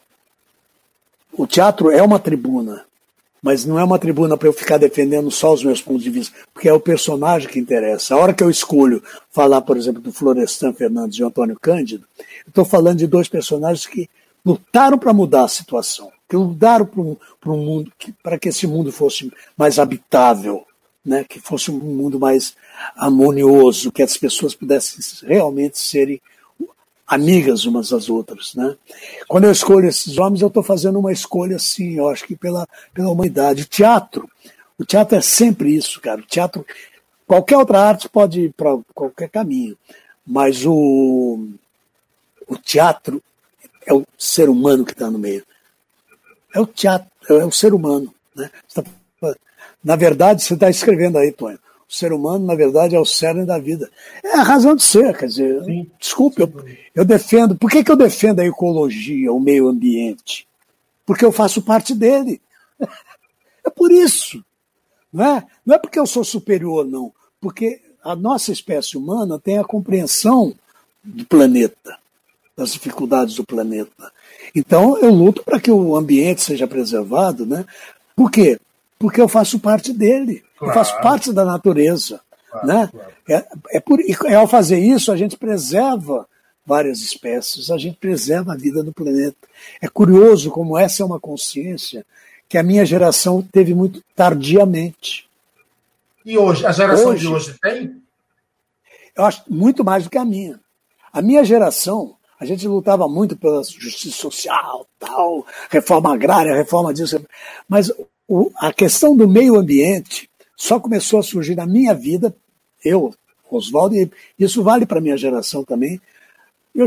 Speaker 2: O teatro é uma tribuna, mas não é uma tribuna para eu ficar defendendo só os meus pontos de vista, porque é o personagem que interessa. A hora que eu escolho falar, por exemplo, do Florestan Fernandes e o Antônio Cândido, eu estou falando de dois personagens que lutaram para mudar a situação, que lutaram para um mundo, para que esse mundo fosse mais habitável, né? Que fosse um mundo mais harmonioso, que as pessoas pudessem realmente serem amigas umas das outras, né? Quando eu escolho esses homens, eu estou fazendo uma escolha, assim, eu acho que pela humanidade. O teatro é sempre isso, cara. O teatro, qualquer outra arte pode ir para qualquer caminho, mas o teatro é o ser humano que está no meio. É o teatro, é o ser humano, né? Na verdade, você está escrevendo aí, Tonho, O ser humano, na verdade, é o cerne da vida. É a razão de ser, quer dizer, sim, desculpe, eu defendo. Por que eu defendo a ecologia, o meio ambiente? Porque eu faço parte dele. É por isso. Não é porque eu sou superior, não. Porque a nossa espécie humana tem a compreensão do planeta, das dificuldades do planeta. Então, eu luto para que o ambiente seja preservado, né? Por quê? Porque eu faço parte dele. Claro. Eu faço parte da natureza. Claro, né? Claro. E ao fazer isso, a gente preserva várias espécies, a gente preserva a vida do planeta. É curioso como essa é uma consciência que a minha geração teve muito tardiamente.
Speaker 1: E hoje? A geração de hoje tem?
Speaker 2: Eu acho muito mais do que a minha. A minha geração, a gente lutava muito pela justiça social, tal, reforma agrária, reforma disso. Mas a questão do meio ambiente só começou a surgir na minha vida, eu, Oswaldo, e isso vale para a minha geração também. Eu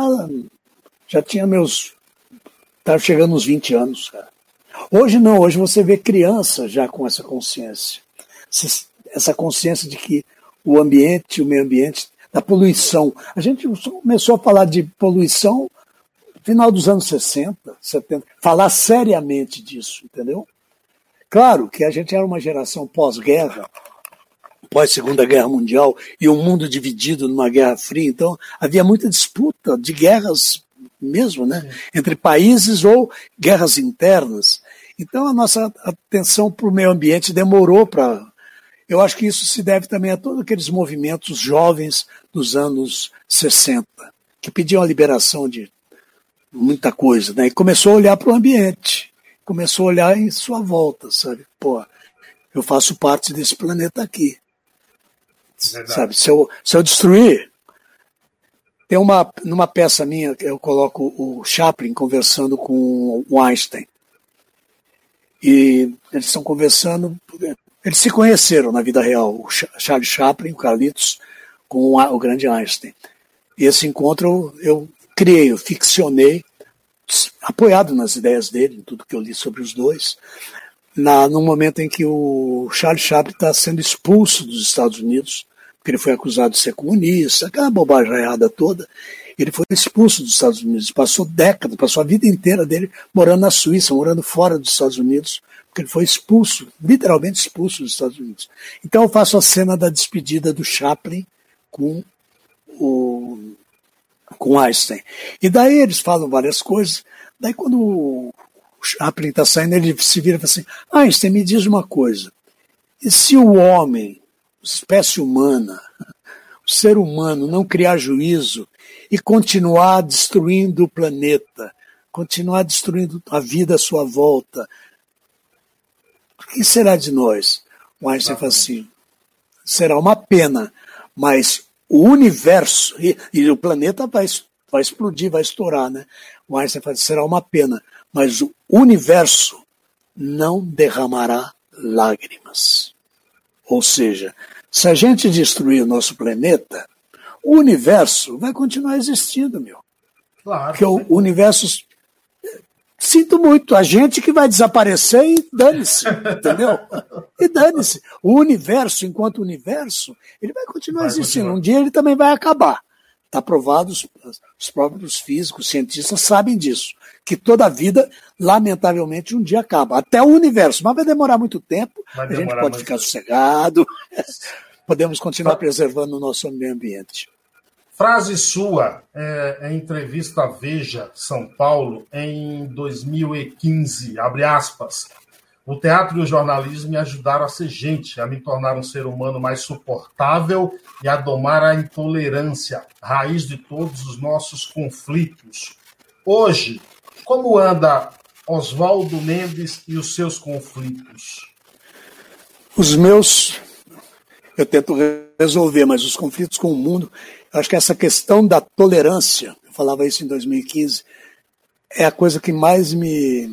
Speaker 2: já tinha estava chegando nos 20 anos, cara. Hoje não, hoje você vê crianças já com essa consciência. Essa consciência de que o ambiente, o meio ambiente, da poluição. A gente começou a falar de poluição no final dos anos 60, 70, falar seriamente disso, entendeu? Claro que a gente era uma geração pós-guerra, pós-Segunda Guerra Mundial, e um mundo dividido numa Guerra Fria, então havia muita disputa de guerras mesmo, né? Entre países ou guerras internas. Então a nossa atenção para o meio ambiente demorou para... Eu acho que isso se deve também a todos aqueles movimentos jovens dos anos 60, que pediam a liberação de muita coisa, né? E começou a olhar para o ambiente, começou a olhar em sua volta, sabe? Pô, eu faço parte desse planeta aqui. Verdade. Sabe? Se eu destruir... Tem numa peça minha, eu coloco o Chaplin conversando com o Einstein. E eles estão conversando... Eles se conheceram na vida real, o Charles Chaplin, o Carlitos, com o grande Einstein. E esse encontro eu criei, eu ficcionei, apoiado nas ideias dele, em tudo que eu li sobre os dois, no momento em que o Charles Chaplin está sendo expulso dos Estados Unidos, porque ele foi acusado de ser comunista, aquela bobajaiada toda. Ele foi expulso dos Estados Unidos, passou décadas, passou a vida inteira dele morando na Suíça, morando fora dos Estados Unidos, porque ele foi expulso, literalmente expulso dos Estados Unidos. Então eu faço a cena da despedida do Chaplin com Einstein. E daí eles falam várias coisas, daí quando o Chaplin está saindo, ele se vira e fala assim, Einstein, me diz uma coisa, e se o homem, a espécie humana, o ser humano não criar juízo e continuar destruindo o planeta, continuar destruindo a vida à sua volta, o que será de nós? O Einstein fala assim, será uma pena, mas o universo, e o planeta vai explodir, vai estourar, né? O Einstein fala, será uma pena, mas o universo não derramará lágrimas. Ou seja, se a gente destruir o nosso planeta, o universo vai continuar existindo, meu. Claro. Porque o universo... Sinto muito, a gente que vai desaparecer e dane-se, entendeu? E dane-se. O universo, enquanto universo, ele vai continuar existindo. Um dia ele também vai acabar. Está provado, os próprios físicos, cientistas sabem disso. Que toda a vida, lamentavelmente, um dia acaba. Até o universo, mas vai demorar muito tempo, a gente pode ficar sossegado, podemos continuar preservando o nosso meio ambiente.
Speaker 1: Frase sua em entrevista à Veja, São Paulo, em 2015, abre aspas, o teatro e o jornalismo me ajudaram a ser gente, a me tornar um ser humano mais suportável e a domar a intolerância, raiz de todos os nossos conflitos. Hoje, como anda Oswaldo Mendes e os seus conflitos?
Speaker 2: Os meus, eu tento resolver, mas os conflitos com o mundo... Acho que essa questão da tolerância, eu falava isso em 2015, é a coisa que mais me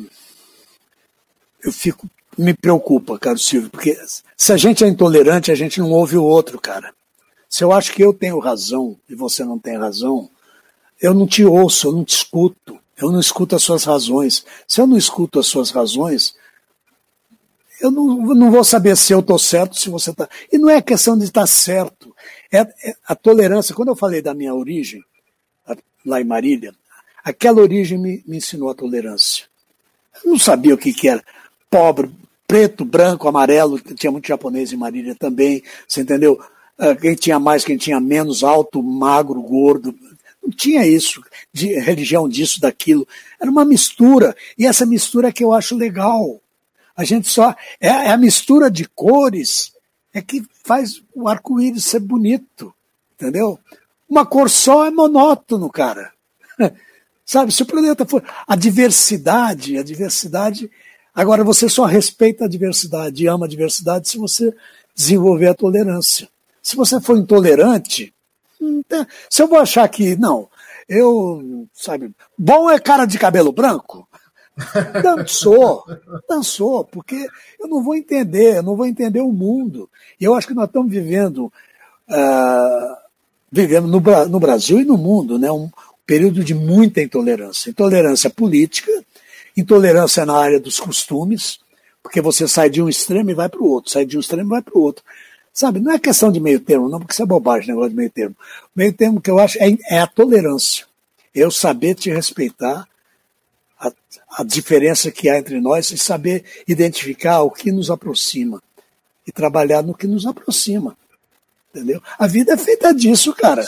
Speaker 2: preocupa, caro Silvio, porque se a gente é intolerante, a gente não ouve o outro, cara. Se eu acho que eu tenho razão e você não tem razão, eu não te ouço, eu não te escuto, eu não escuto as suas razões. Se eu não escuto as suas razões, eu não vou saber se eu estou certo, se você está. E não é questão de estar certo. É a tolerância. Quando eu falei da minha origem, lá em Marília, aquela origem me ensinou a tolerância. Eu não sabia o que era. Pobre, preto, branco, amarelo, tinha muito japonês em Marília também, você entendeu? Quem tinha mais, quem tinha menos, alto, magro, gordo. Não tinha isso, de religião disso, daquilo. Era uma mistura. E essa mistura é que eu acho legal. A gente só. É a mistura de cores é que faz o arco-íris ser bonito. Entendeu? Uma cor só é monótono, cara. Sabe, se o planeta for. A diversidade. Agora, você só respeita a diversidade e ama a diversidade se você desenvolver a tolerância. Se você for intolerante, se eu vou achar que, não, sabe, bom é cara de cabelo branco, dançou, porque eu não vou entender o mundo. E eu acho que nós estamos vivendo no Brasil e no mundo, né, um período de muita intolerância. Intolerância política, intolerância na área dos costumes, porque você sai de um extremo e vai para o outro, sai de um extremo e vai para o outro. Sabe, não é questão de meio termo, não, porque isso é bobagem, negócio de meio termo. O meio termo que eu acho é a tolerância. Eu saber te respeitar, a diferença que há entre nós e saber identificar o que nos aproxima e trabalhar no que nos aproxima. Entendeu? A vida é feita disso, cara.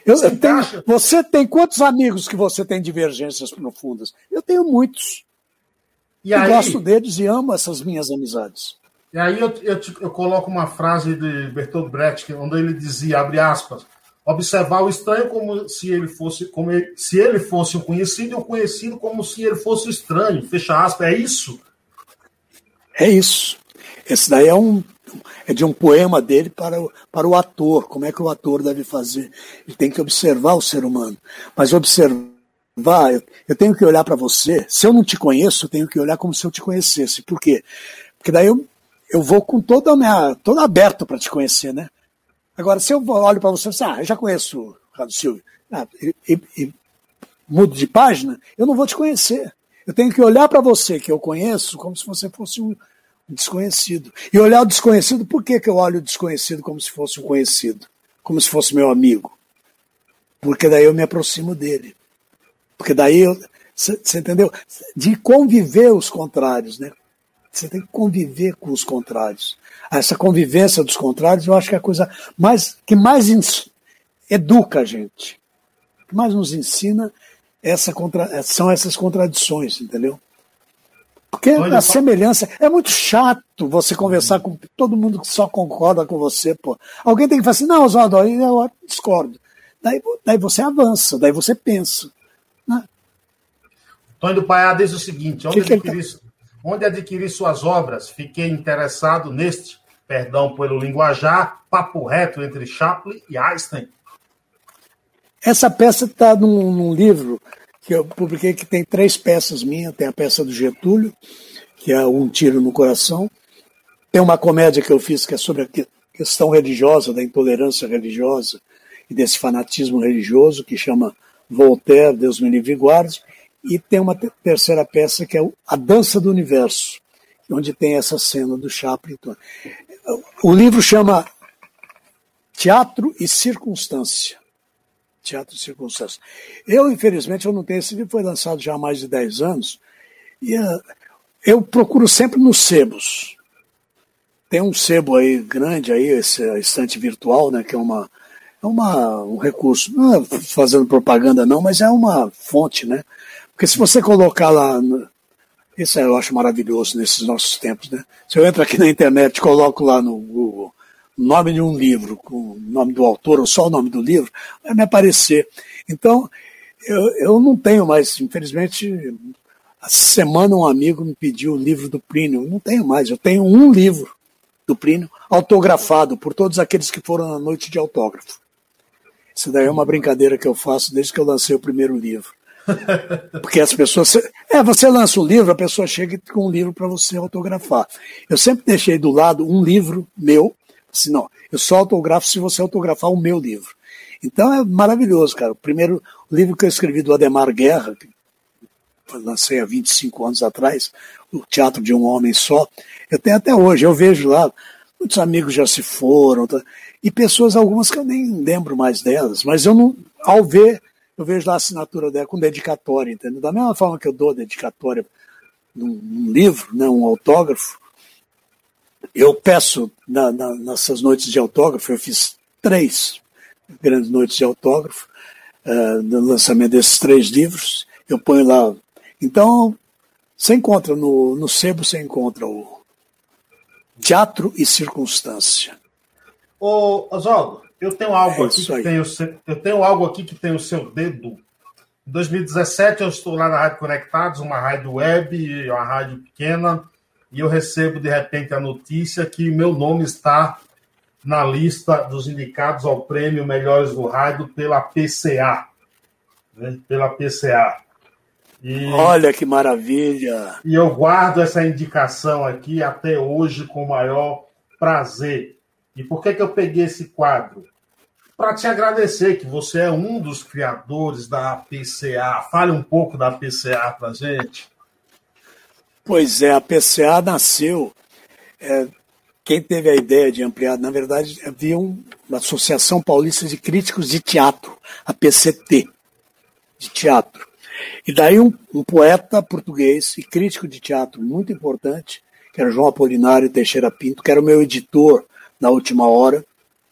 Speaker 2: Você tem quantos amigos que você tem divergências profundas? Eu tenho muitos. E aí, gosto deles e amo essas minhas amizades.
Speaker 1: E aí eu coloco uma frase de Bertolt Brecht, onde ele dizia, abre aspas, observar o estranho como se ele fosse um conhecido e o conhecido como se ele fosse estranho, fecha aspas, é isso?
Speaker 2: É isso. Esse daí é de um poema dele para o ator, como é que o ator deve fazer. Ele tem que observar o ser humano, mas observar, eu tenho que olhar para você, se eu não te conheço, eu tenho que olhar como se eu te conhecesse. Por quê? Porque daí eu vou com todo aberto para te conhecer, né? Agora, se eu olho para você e falo, eu já conheço o Ricardo Silvio, e mudo de página, eu não vou te conhecer. Eu tenho que olhar para você, que eu conheço, como se você fosse um desconhecido. E olhar o desconhecido, por que eu olho o desconhecido como se fosse um conhecido? Como se fosse meu amigo? Porque daí eu me aproximo dele. Porque daí, você entendeu? De conviver os contrários, né? Você tem que conviver com os contrários. Essa convivência dos contrários, eu acho que é a coisa que mais educa a gente. O que mais nos ensina são essas contradições, entendeu? Porque a semelhança... É muito chato você conversar com todo mundo que só concorda com você, pô. Alguém tem que falar assim, não, Oswaldo, eu discordo. Daí você avança, daí você pensa. Né?
Speaker 1: Tony do Paiá diz o seguinte, onde adquirir suas obras, fiquei interessado neste, perdão pelo linguajar, papo reto entre Chaplin e Einstein.
Speaker 2: Essa peça está num livro que eu publiquei, que tem 3 peças minhas. Tem a peça do Getúlio, que é Um Tiro no Coração. Tem uma comédia que eu fiz que é sobre a questão religiosa, da intolerância religiosa e desse fanatismo religioso, que chama Voltaire, Deus me livre e guarde. E tem uma terceira peça que é A Dança do Universo, onde tem essa cena do Chaplin. O livro chama Teatro e Circunstância. Teatro e Circunstância. Infelizmente, eu não tenho. Esse livro foi lançado já há mais de 10 anos. E eu procuro sempre nos sebos. Tem um sebo aí grande, aí, esse estante virtual, né, que é um recurso. Não é fazendo propaganda, não, mas é uma fonte, né? Porque se você colocar lá, isso eu acho maravilhoso nesses nossos tempos, né? Se eu entro aqui na internet, coloco lá no Google o nome de um livro, com o nome do autor ou só o nome do livro, vai me aparecer. Então, eu não tenho mais, infelizmente, essa semana um amigo me pediu o livro do Plínio, eu não tenho mais, eu tenho um livro do Plínio autografado por todos aqueles que foram na noite de autógrafo. Isso daí é uma brincadeira que eu faço desde que eu lancei o primeiro livro. Porque as pessoas... você lança um livro, a pessoa chega com um livro para você autografar. Eu sempre deixei do lado um livro meu, assim, não, eu só autografo se você autografar o meu livro. Então é maravilhoso, cara. O primeiro livro que eu escrevi do Adhemar Guerra, lancei há 25 anos atrás, o Teatro de um Homem Só. Eu tenho até hoje, eu vejo lá, muitos amigos já se foram, e pessoas, algumas que eu nem lembro mais delas, mas eu não, ao ver, eu vejo lá a assinatura dela com dedicatória, entendeu? Da mesma forma que eu dou dedicatória num livro, né, um autógrafo, eu peço nessas noites de autógrafo, eu fiz 3 grandes noites de autógrafo, no lançamento desses 3 livros, eu ponho lá. Então, você encontra no sebo, você encontra o Teatro e Circunstância.
Speaker 1: Ô, Oswaldo, eu tenho algo aqui que tem o seu dedo. Em 2017, eu estou lá na Rádio Conectados, uma rádio web, uma rádio pequena, e eu recebo, de repente, a notícia que meu nome está na lista dos indicados ao prêmio Melhores do Rádio pela PCA. Né? Pela PCA.
Speaker 2: Olha que maravilha!
Speaker 1: E eu guardo essa indicação aqui até hoje com o maior prazer. E por que eu peguei esse quadro? Para te agradecer, que você é um dos criadores da PCA. Fale um pouco da PCA para a gente.
Speaker 2: Pois é, a PCA nasceu... Quem teve a ideia de ampliar, na verdade, havia uma Associação Paulista de Críticos de Teatro, a PCT, de teatro. E daí um poeta português e crítico de teatro muito importante, que era João Apolinário Teixeira Pinto, que era o meu editor na Última Hora,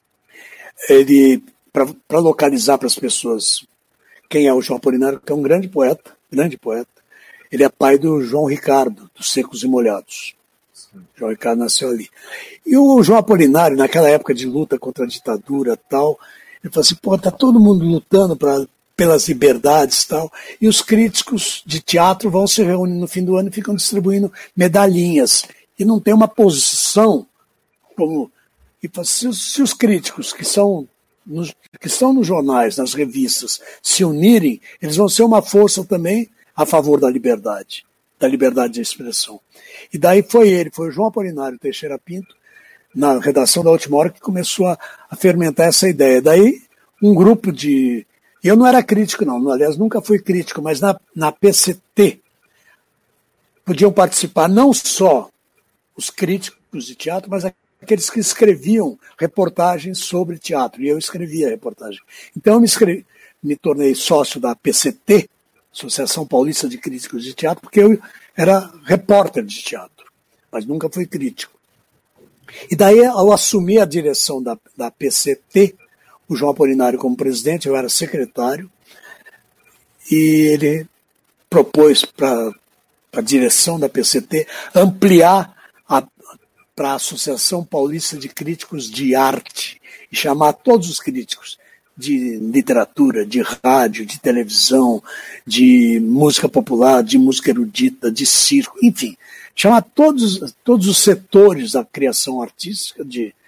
Speaker 2: ele, para localizar para as pessoas quem é o João Apolinário, que é um grande poeta, ele é pai do João Ricardo, dos Secos e Molhados. João Ricardo nasceu ali. E o João Apolinário, naquela época de luta contra a ditadura e tal, ele falou assim, tá todo mundo lutando pelas liberdades e tal, e os críticos de teatro vão se reunir no fim do ano e ficam distribuindo medalhinhas. E não tem uma posição como... E se os críticos que estão nos jornais, nas revistas, se unirem, eles vão ser uma força também a favor da liberdade de expressão. E daí foi o João Apolinário Teixeira Pinto, na redação da Última Hora, que começou a fermentar essa ideia. Daí um grupo de... Eu não era crítico, não, aliás, nunca fui crítico, mas na PCT podiam participar não só os críticos de teatro, mas aqueles que escreviam reportagens sobre teatro, e eu escrevia reportagem. Então eu me tornei sócio da PCT, Associação Paulista de Críticos de Teatro, porque eu era repórter de teatro, mas nunca fui crítico. E daí, ao assumir a direção da PCT, o João Apolinário como presidente, eu era secretário, e ele propôs para a direção da PCT ampliar para a Associação Paulista de Críticos de Arte, e chamar todos os críticos de literatura, de rádio, de televisão, de música popular, de música erudita, de circo, enfim, chamar todos os setores da criação artística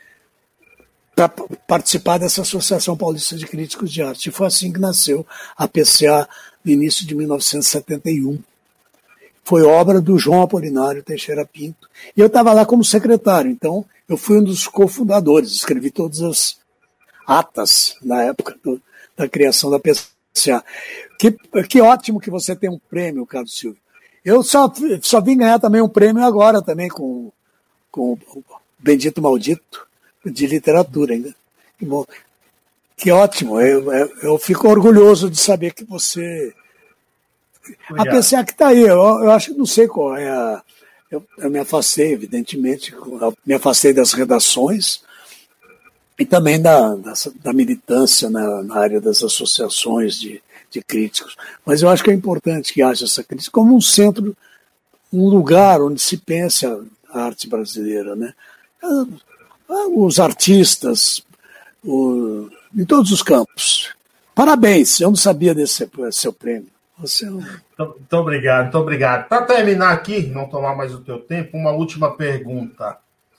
Speaker 2: para participar dessa Associação Paulista de Críticos de Arte. E foi assim que nasceu a PCA no início de 1971. Foi obra do João Apolinário Teixeira Pinto. E eu estava lá como secretário, então eu fui um dos cofundadores, escrevi todas as atas na época da criação da PCA. Que ótimo que você tem um prêmio, Carlos Silvio. Eu só vim ganhar também um prêmio agora, também com o Bendito Maldito, de literatura ainda. Que bom. Que ótimo. Eu fico orgulhoso de saber que você... Obrigado. A PCA que está aí, eu acho que não sei qual é eu me afastei, evidentemente, me afastei das redações, e também da militância na área das associações de críticos. Mas eu acho que é importante que haja essa crítica como um centro, um lugar onde se pense a arte brasileira, né? Os artistas, em todos os campos. Parabéns, eu não sabia desse seu prêmio. Você...
Speaker 1: Muito obrigado, muito obrigado. Para terminar aqui, não tomar mais o teu tempo, uma última pergunta.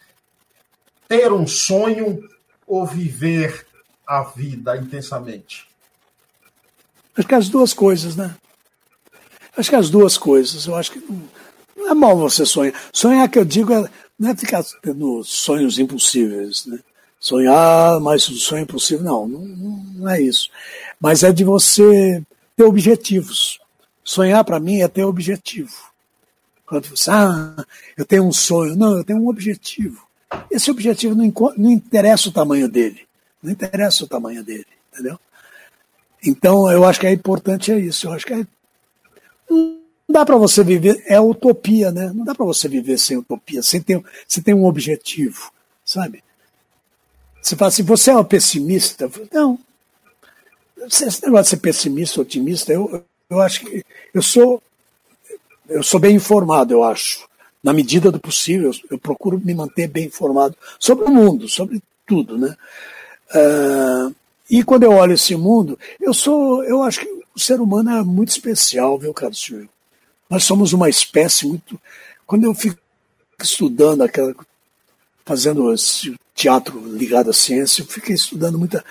Speaker 1: Ter um sonho ou viver a vida intensamente?
Speaker 2: Acho que as duas coisas, né? Acho que as duas coisas. Eu acho que não é mal você sonhar. Sonhar, que eu digo, não é ficar tendo sonhos impossíveis, né? Sonhar, mas o sonho impossível, não é isso. Mas é de você ter objetivos. Sonhar, para mim, é ter objetivo. Quando você, eu tenho um sonho. Não, eu tenho um objetivo. Esse objetivo não interessa o tamanho dele. Não interessa o tamanho dele, entendeu? Então, eu acho que é importante isso. Eu acho que não dá para você viver, é utopia, né? Não dá para você viver sem utopia, sem ter um objetivo, sabe? Você fala assim, você é um pessimista? Não. Esse negócio de ser pessimista, otimista, eu acho que eu sou bem informado, eu acho. Na medida do possível, eu procuro me manter bem informado sobre o mundo, sobre tudo, né? E quando eu olho esse mundo, eu acho que o ser humano é muito especial, viu, Carlos Silvio? Nós somos uma espécie muito... Quando eu fico estudando fazendo esse teatro ligado à ciência, eu fiquei estudando muita...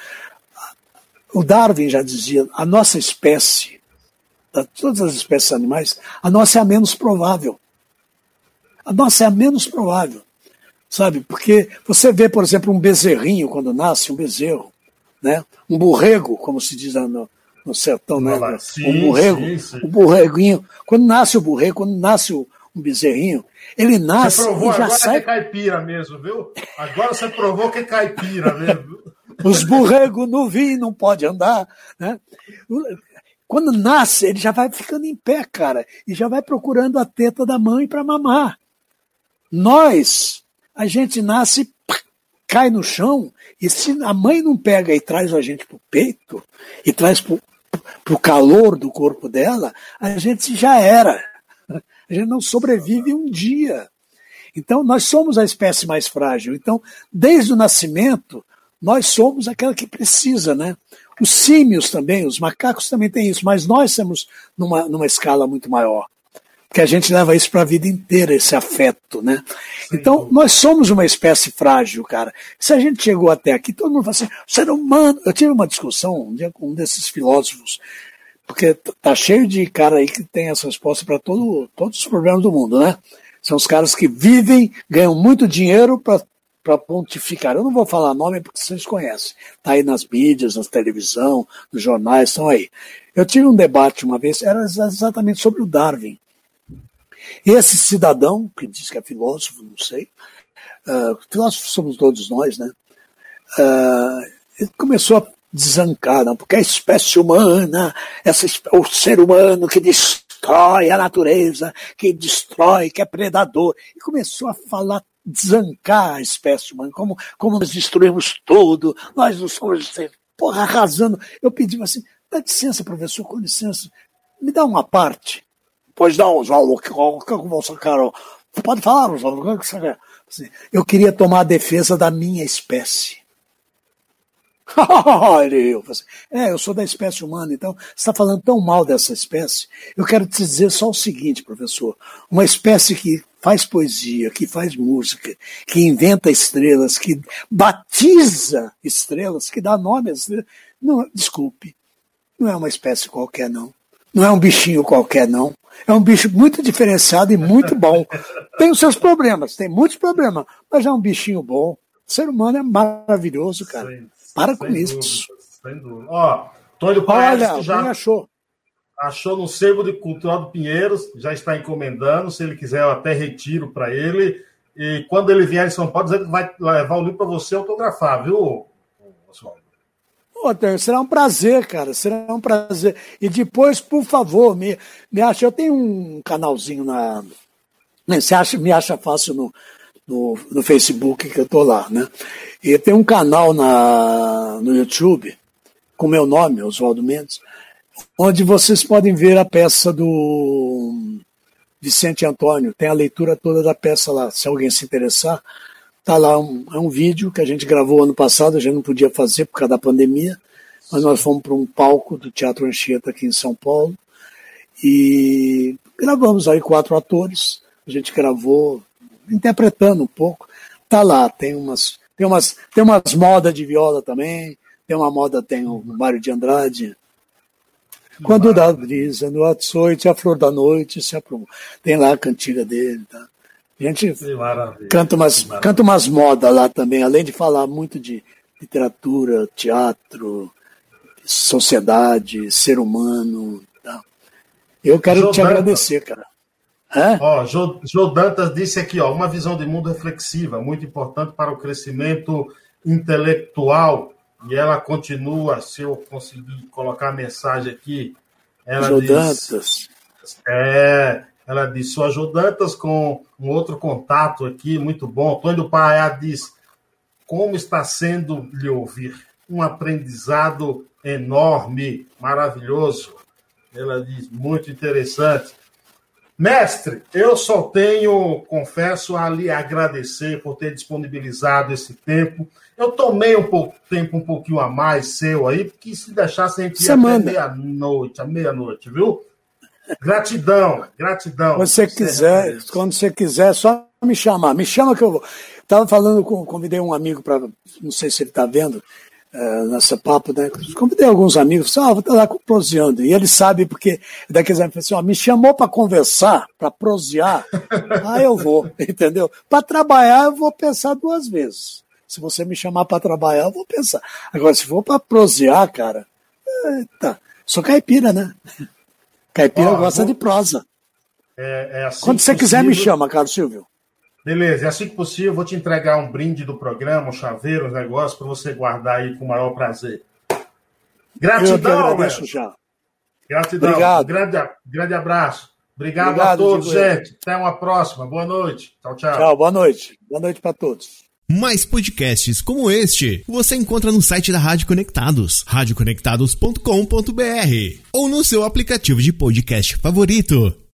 Speaker 2: O Darwin já dizia, a nossa espécie, de todas as espécies animais, a nossa é a menos provável. A nossa é a menos provável, sabe? Porque você vê, por exemplo, um bezerrinho, quando nasce, um bezerro, né? Um borrego, como se diz no sertão, né?
Speaker 1: Sim,
Speaker 2: um borrego,
Speaker 1: sim.
Speaker 2: um borreguinho. Quando nasce o borrego, quando nasce um bezerrinho, ele nasce
Speaker 1: você provou
Speaker 2: e já
Speaker 1: agora
Speaker 2: sai...
Speaker 1: que é caipira mesmo, viu? Agora você provou que é caipira mesmo.
Speaker 2: Os borregos no vinho não pode andar, né? Quando nasce, ele já vai ficando em pé, cara, e já vai procurando a teta da mãe para mamar. Nós, a gente nasce, cai no chão, e se a mãe não pega e traz a gente pro peito, e traz pro calor do corpo dela, a gente já era. A gente não sobrevive um dia. Então, nós somos a espécie mais frágil. Então, desde o nascimento, nós somos aquela que precisa, né? Os símios também, os macacos também têm isso, mas nós temos numa escala muito maior. Porque a gente leva isso para a vida inteira, esse afeto, né? Então, nós somos uma espécie frágil, cara. Se a gente chegou até aqui, todo mundo fala assim, ser humano... Eu tive uma discussão um dia com um desses filósofos, porque tá cheio de cara aí que tem essa resposta para todos os problemas do mundo, né? São os caras que vivem, ganham muito dinheiro para pontificar. Eu não vou falar nome porque vocês conhecem. Está aí nas mídias, na televisão, nos jornais, estão aí. Eu tive um debate uma vez, era exatamente sobre o Darwin. E esse cidadão, que diz que é filósofo, não sei, filósofos somos todos nós, né? Ele começou a desancar, não, porque a espécie humana, o ser humano que destrói a natureza, que destrói, que é predador, e começou a falar, desancar a espécie humana, como nós destruímos tudo, nós não somos, porra, arrasando. Eu pedi assim, dá licença, professor, com licença, me dá uma parte. Pois não, Oswaldo, o que você quer? Pode falar, Oswaldo, o que você quer? Eu queria tomar a defesa da minha espécie. Eu sou da espécie humana, então você está falando tão mal dessa espécie. Eu quero te dizer só o seguinte, professor, uma espécie que faz poesia, que faz música, que inventa estrelas, que batiza estrelas, que dá nome às estrelas. Não, desculpe, não é uma espécie qualquer, não. Não é um bichinho qualquer, não. É um bicho muito diferenciado e muito bom. Tem os seus problemas, tem muitos problemas, mas é um bichinho bom. O ser humano é maravilhoso, cara. Para com isso.
Speaker 1: Sem dúvida. Ó, Tônio Paes,
Speaker 2: olha,
Speaker 1: já
Speaker 2: achou
Speaker 1: no Sebo de Cultura do Pinheiros, já está encomendando. Se ele quiser, eu até retiro para ele. E quando ele vier em São Paulo, dizer que vai levar o livro para você autografar, viu, Oswaldo?
Speaker 2: Será um prazer, cara. Será um prazer. E depois, por favor, me acha. Eu tenho um canalzinho me acha fácil no Facebook, que eu tô lá, né? E tem um canal no YouTube, com meu nome, Oswaldo Mendes, onde vocês podem ver a peça do Vicente Antônio. Tem a leitura toda da peça lá. Se alguém se interessar, tá lá. É um vídeo que a gente gravou ano passado, a gente não podia fazer por causa da pandemia, mas nós fomos para um palco do Teatro Anchieta aqui em São Paulo e gravamos aí 4 atores. A gente gravou interpretando um pouco. Tá lá, tem umas modas de viola também, tem uma moda, tem o Mário de Andrade. Quando dá brisa no açoite, a flor da noite se apruma. Tem lá a cantiga dele, tá? A gente canta umas modas lá também, além de falar muito de literatura, teatro, sociedade, ser humano. Tá? Eu quero te agradecer, cara.
Speaker 1: Ó, Jô Dantas disse aqui, ó, uma visão de mundo reflexiva, muito importante para o crescimento intelectual. E ela continua, se eu conseguir colocar a mensagem aqui, ela diz... Ela diz, sou a Jô Dantas com um outro contato aqui, muito bom. Antônio do Pará diz, como está sendo lhe ouvir? Um aprendizado enorme, maravilhoso. Ela diz, muito interessante. Mestre, eu só tenho, confesso, a lhe agradecer por ter disponibilizado esse tempo. Eu tomei tempo um pouquinho a mais seu aí, porque se deixasse a gente ia até meia-noite, viu? Gratidão.
Speaker 2: Quando você quiser, só me chamar. Me chama que eu vou. Estava falando, convidei um amigo para, não sei se ele está vendo, nessa papo, né? Convidei alguns amigos, vou estar lá proseando. E ele sabe, porque daqueles amigos assim, me chamou para conversar, para prosear, eu vou, entendeu? Para trabalhar, eu vou pensar 2 vezes. Se você me chamar para trabalhar, eu vou pensar. Agora, se for para prosear, cara, sou caipira, né? Caipira gosta de prosa.
Speaker 1: Assim
Speaker 2: quando você quiser, me chama, Carlos Silvio.
Speaker 1: Beleza, assim que possível, eu vou te entregar um brinde do programa, um chaveiro, um negócio, para você guardar aí com o maior prazer. Gratidão,
Speaker 2: velho. Já.
Speaker 1: Gratidão.
Speaker 2: Obrigado.
Speaker 1: Grande abraço. Obrigado a todos, gente. Até uma próxima. Boa noite. Tchau.
Speaker 2: Tchau, boa noite. Boa noite para todos.
Speaker 3: Mais podcasts como este você encontra no site da Rádio Conectados, radioconectados.com.br ou no seu aplicativo de podcast favorito.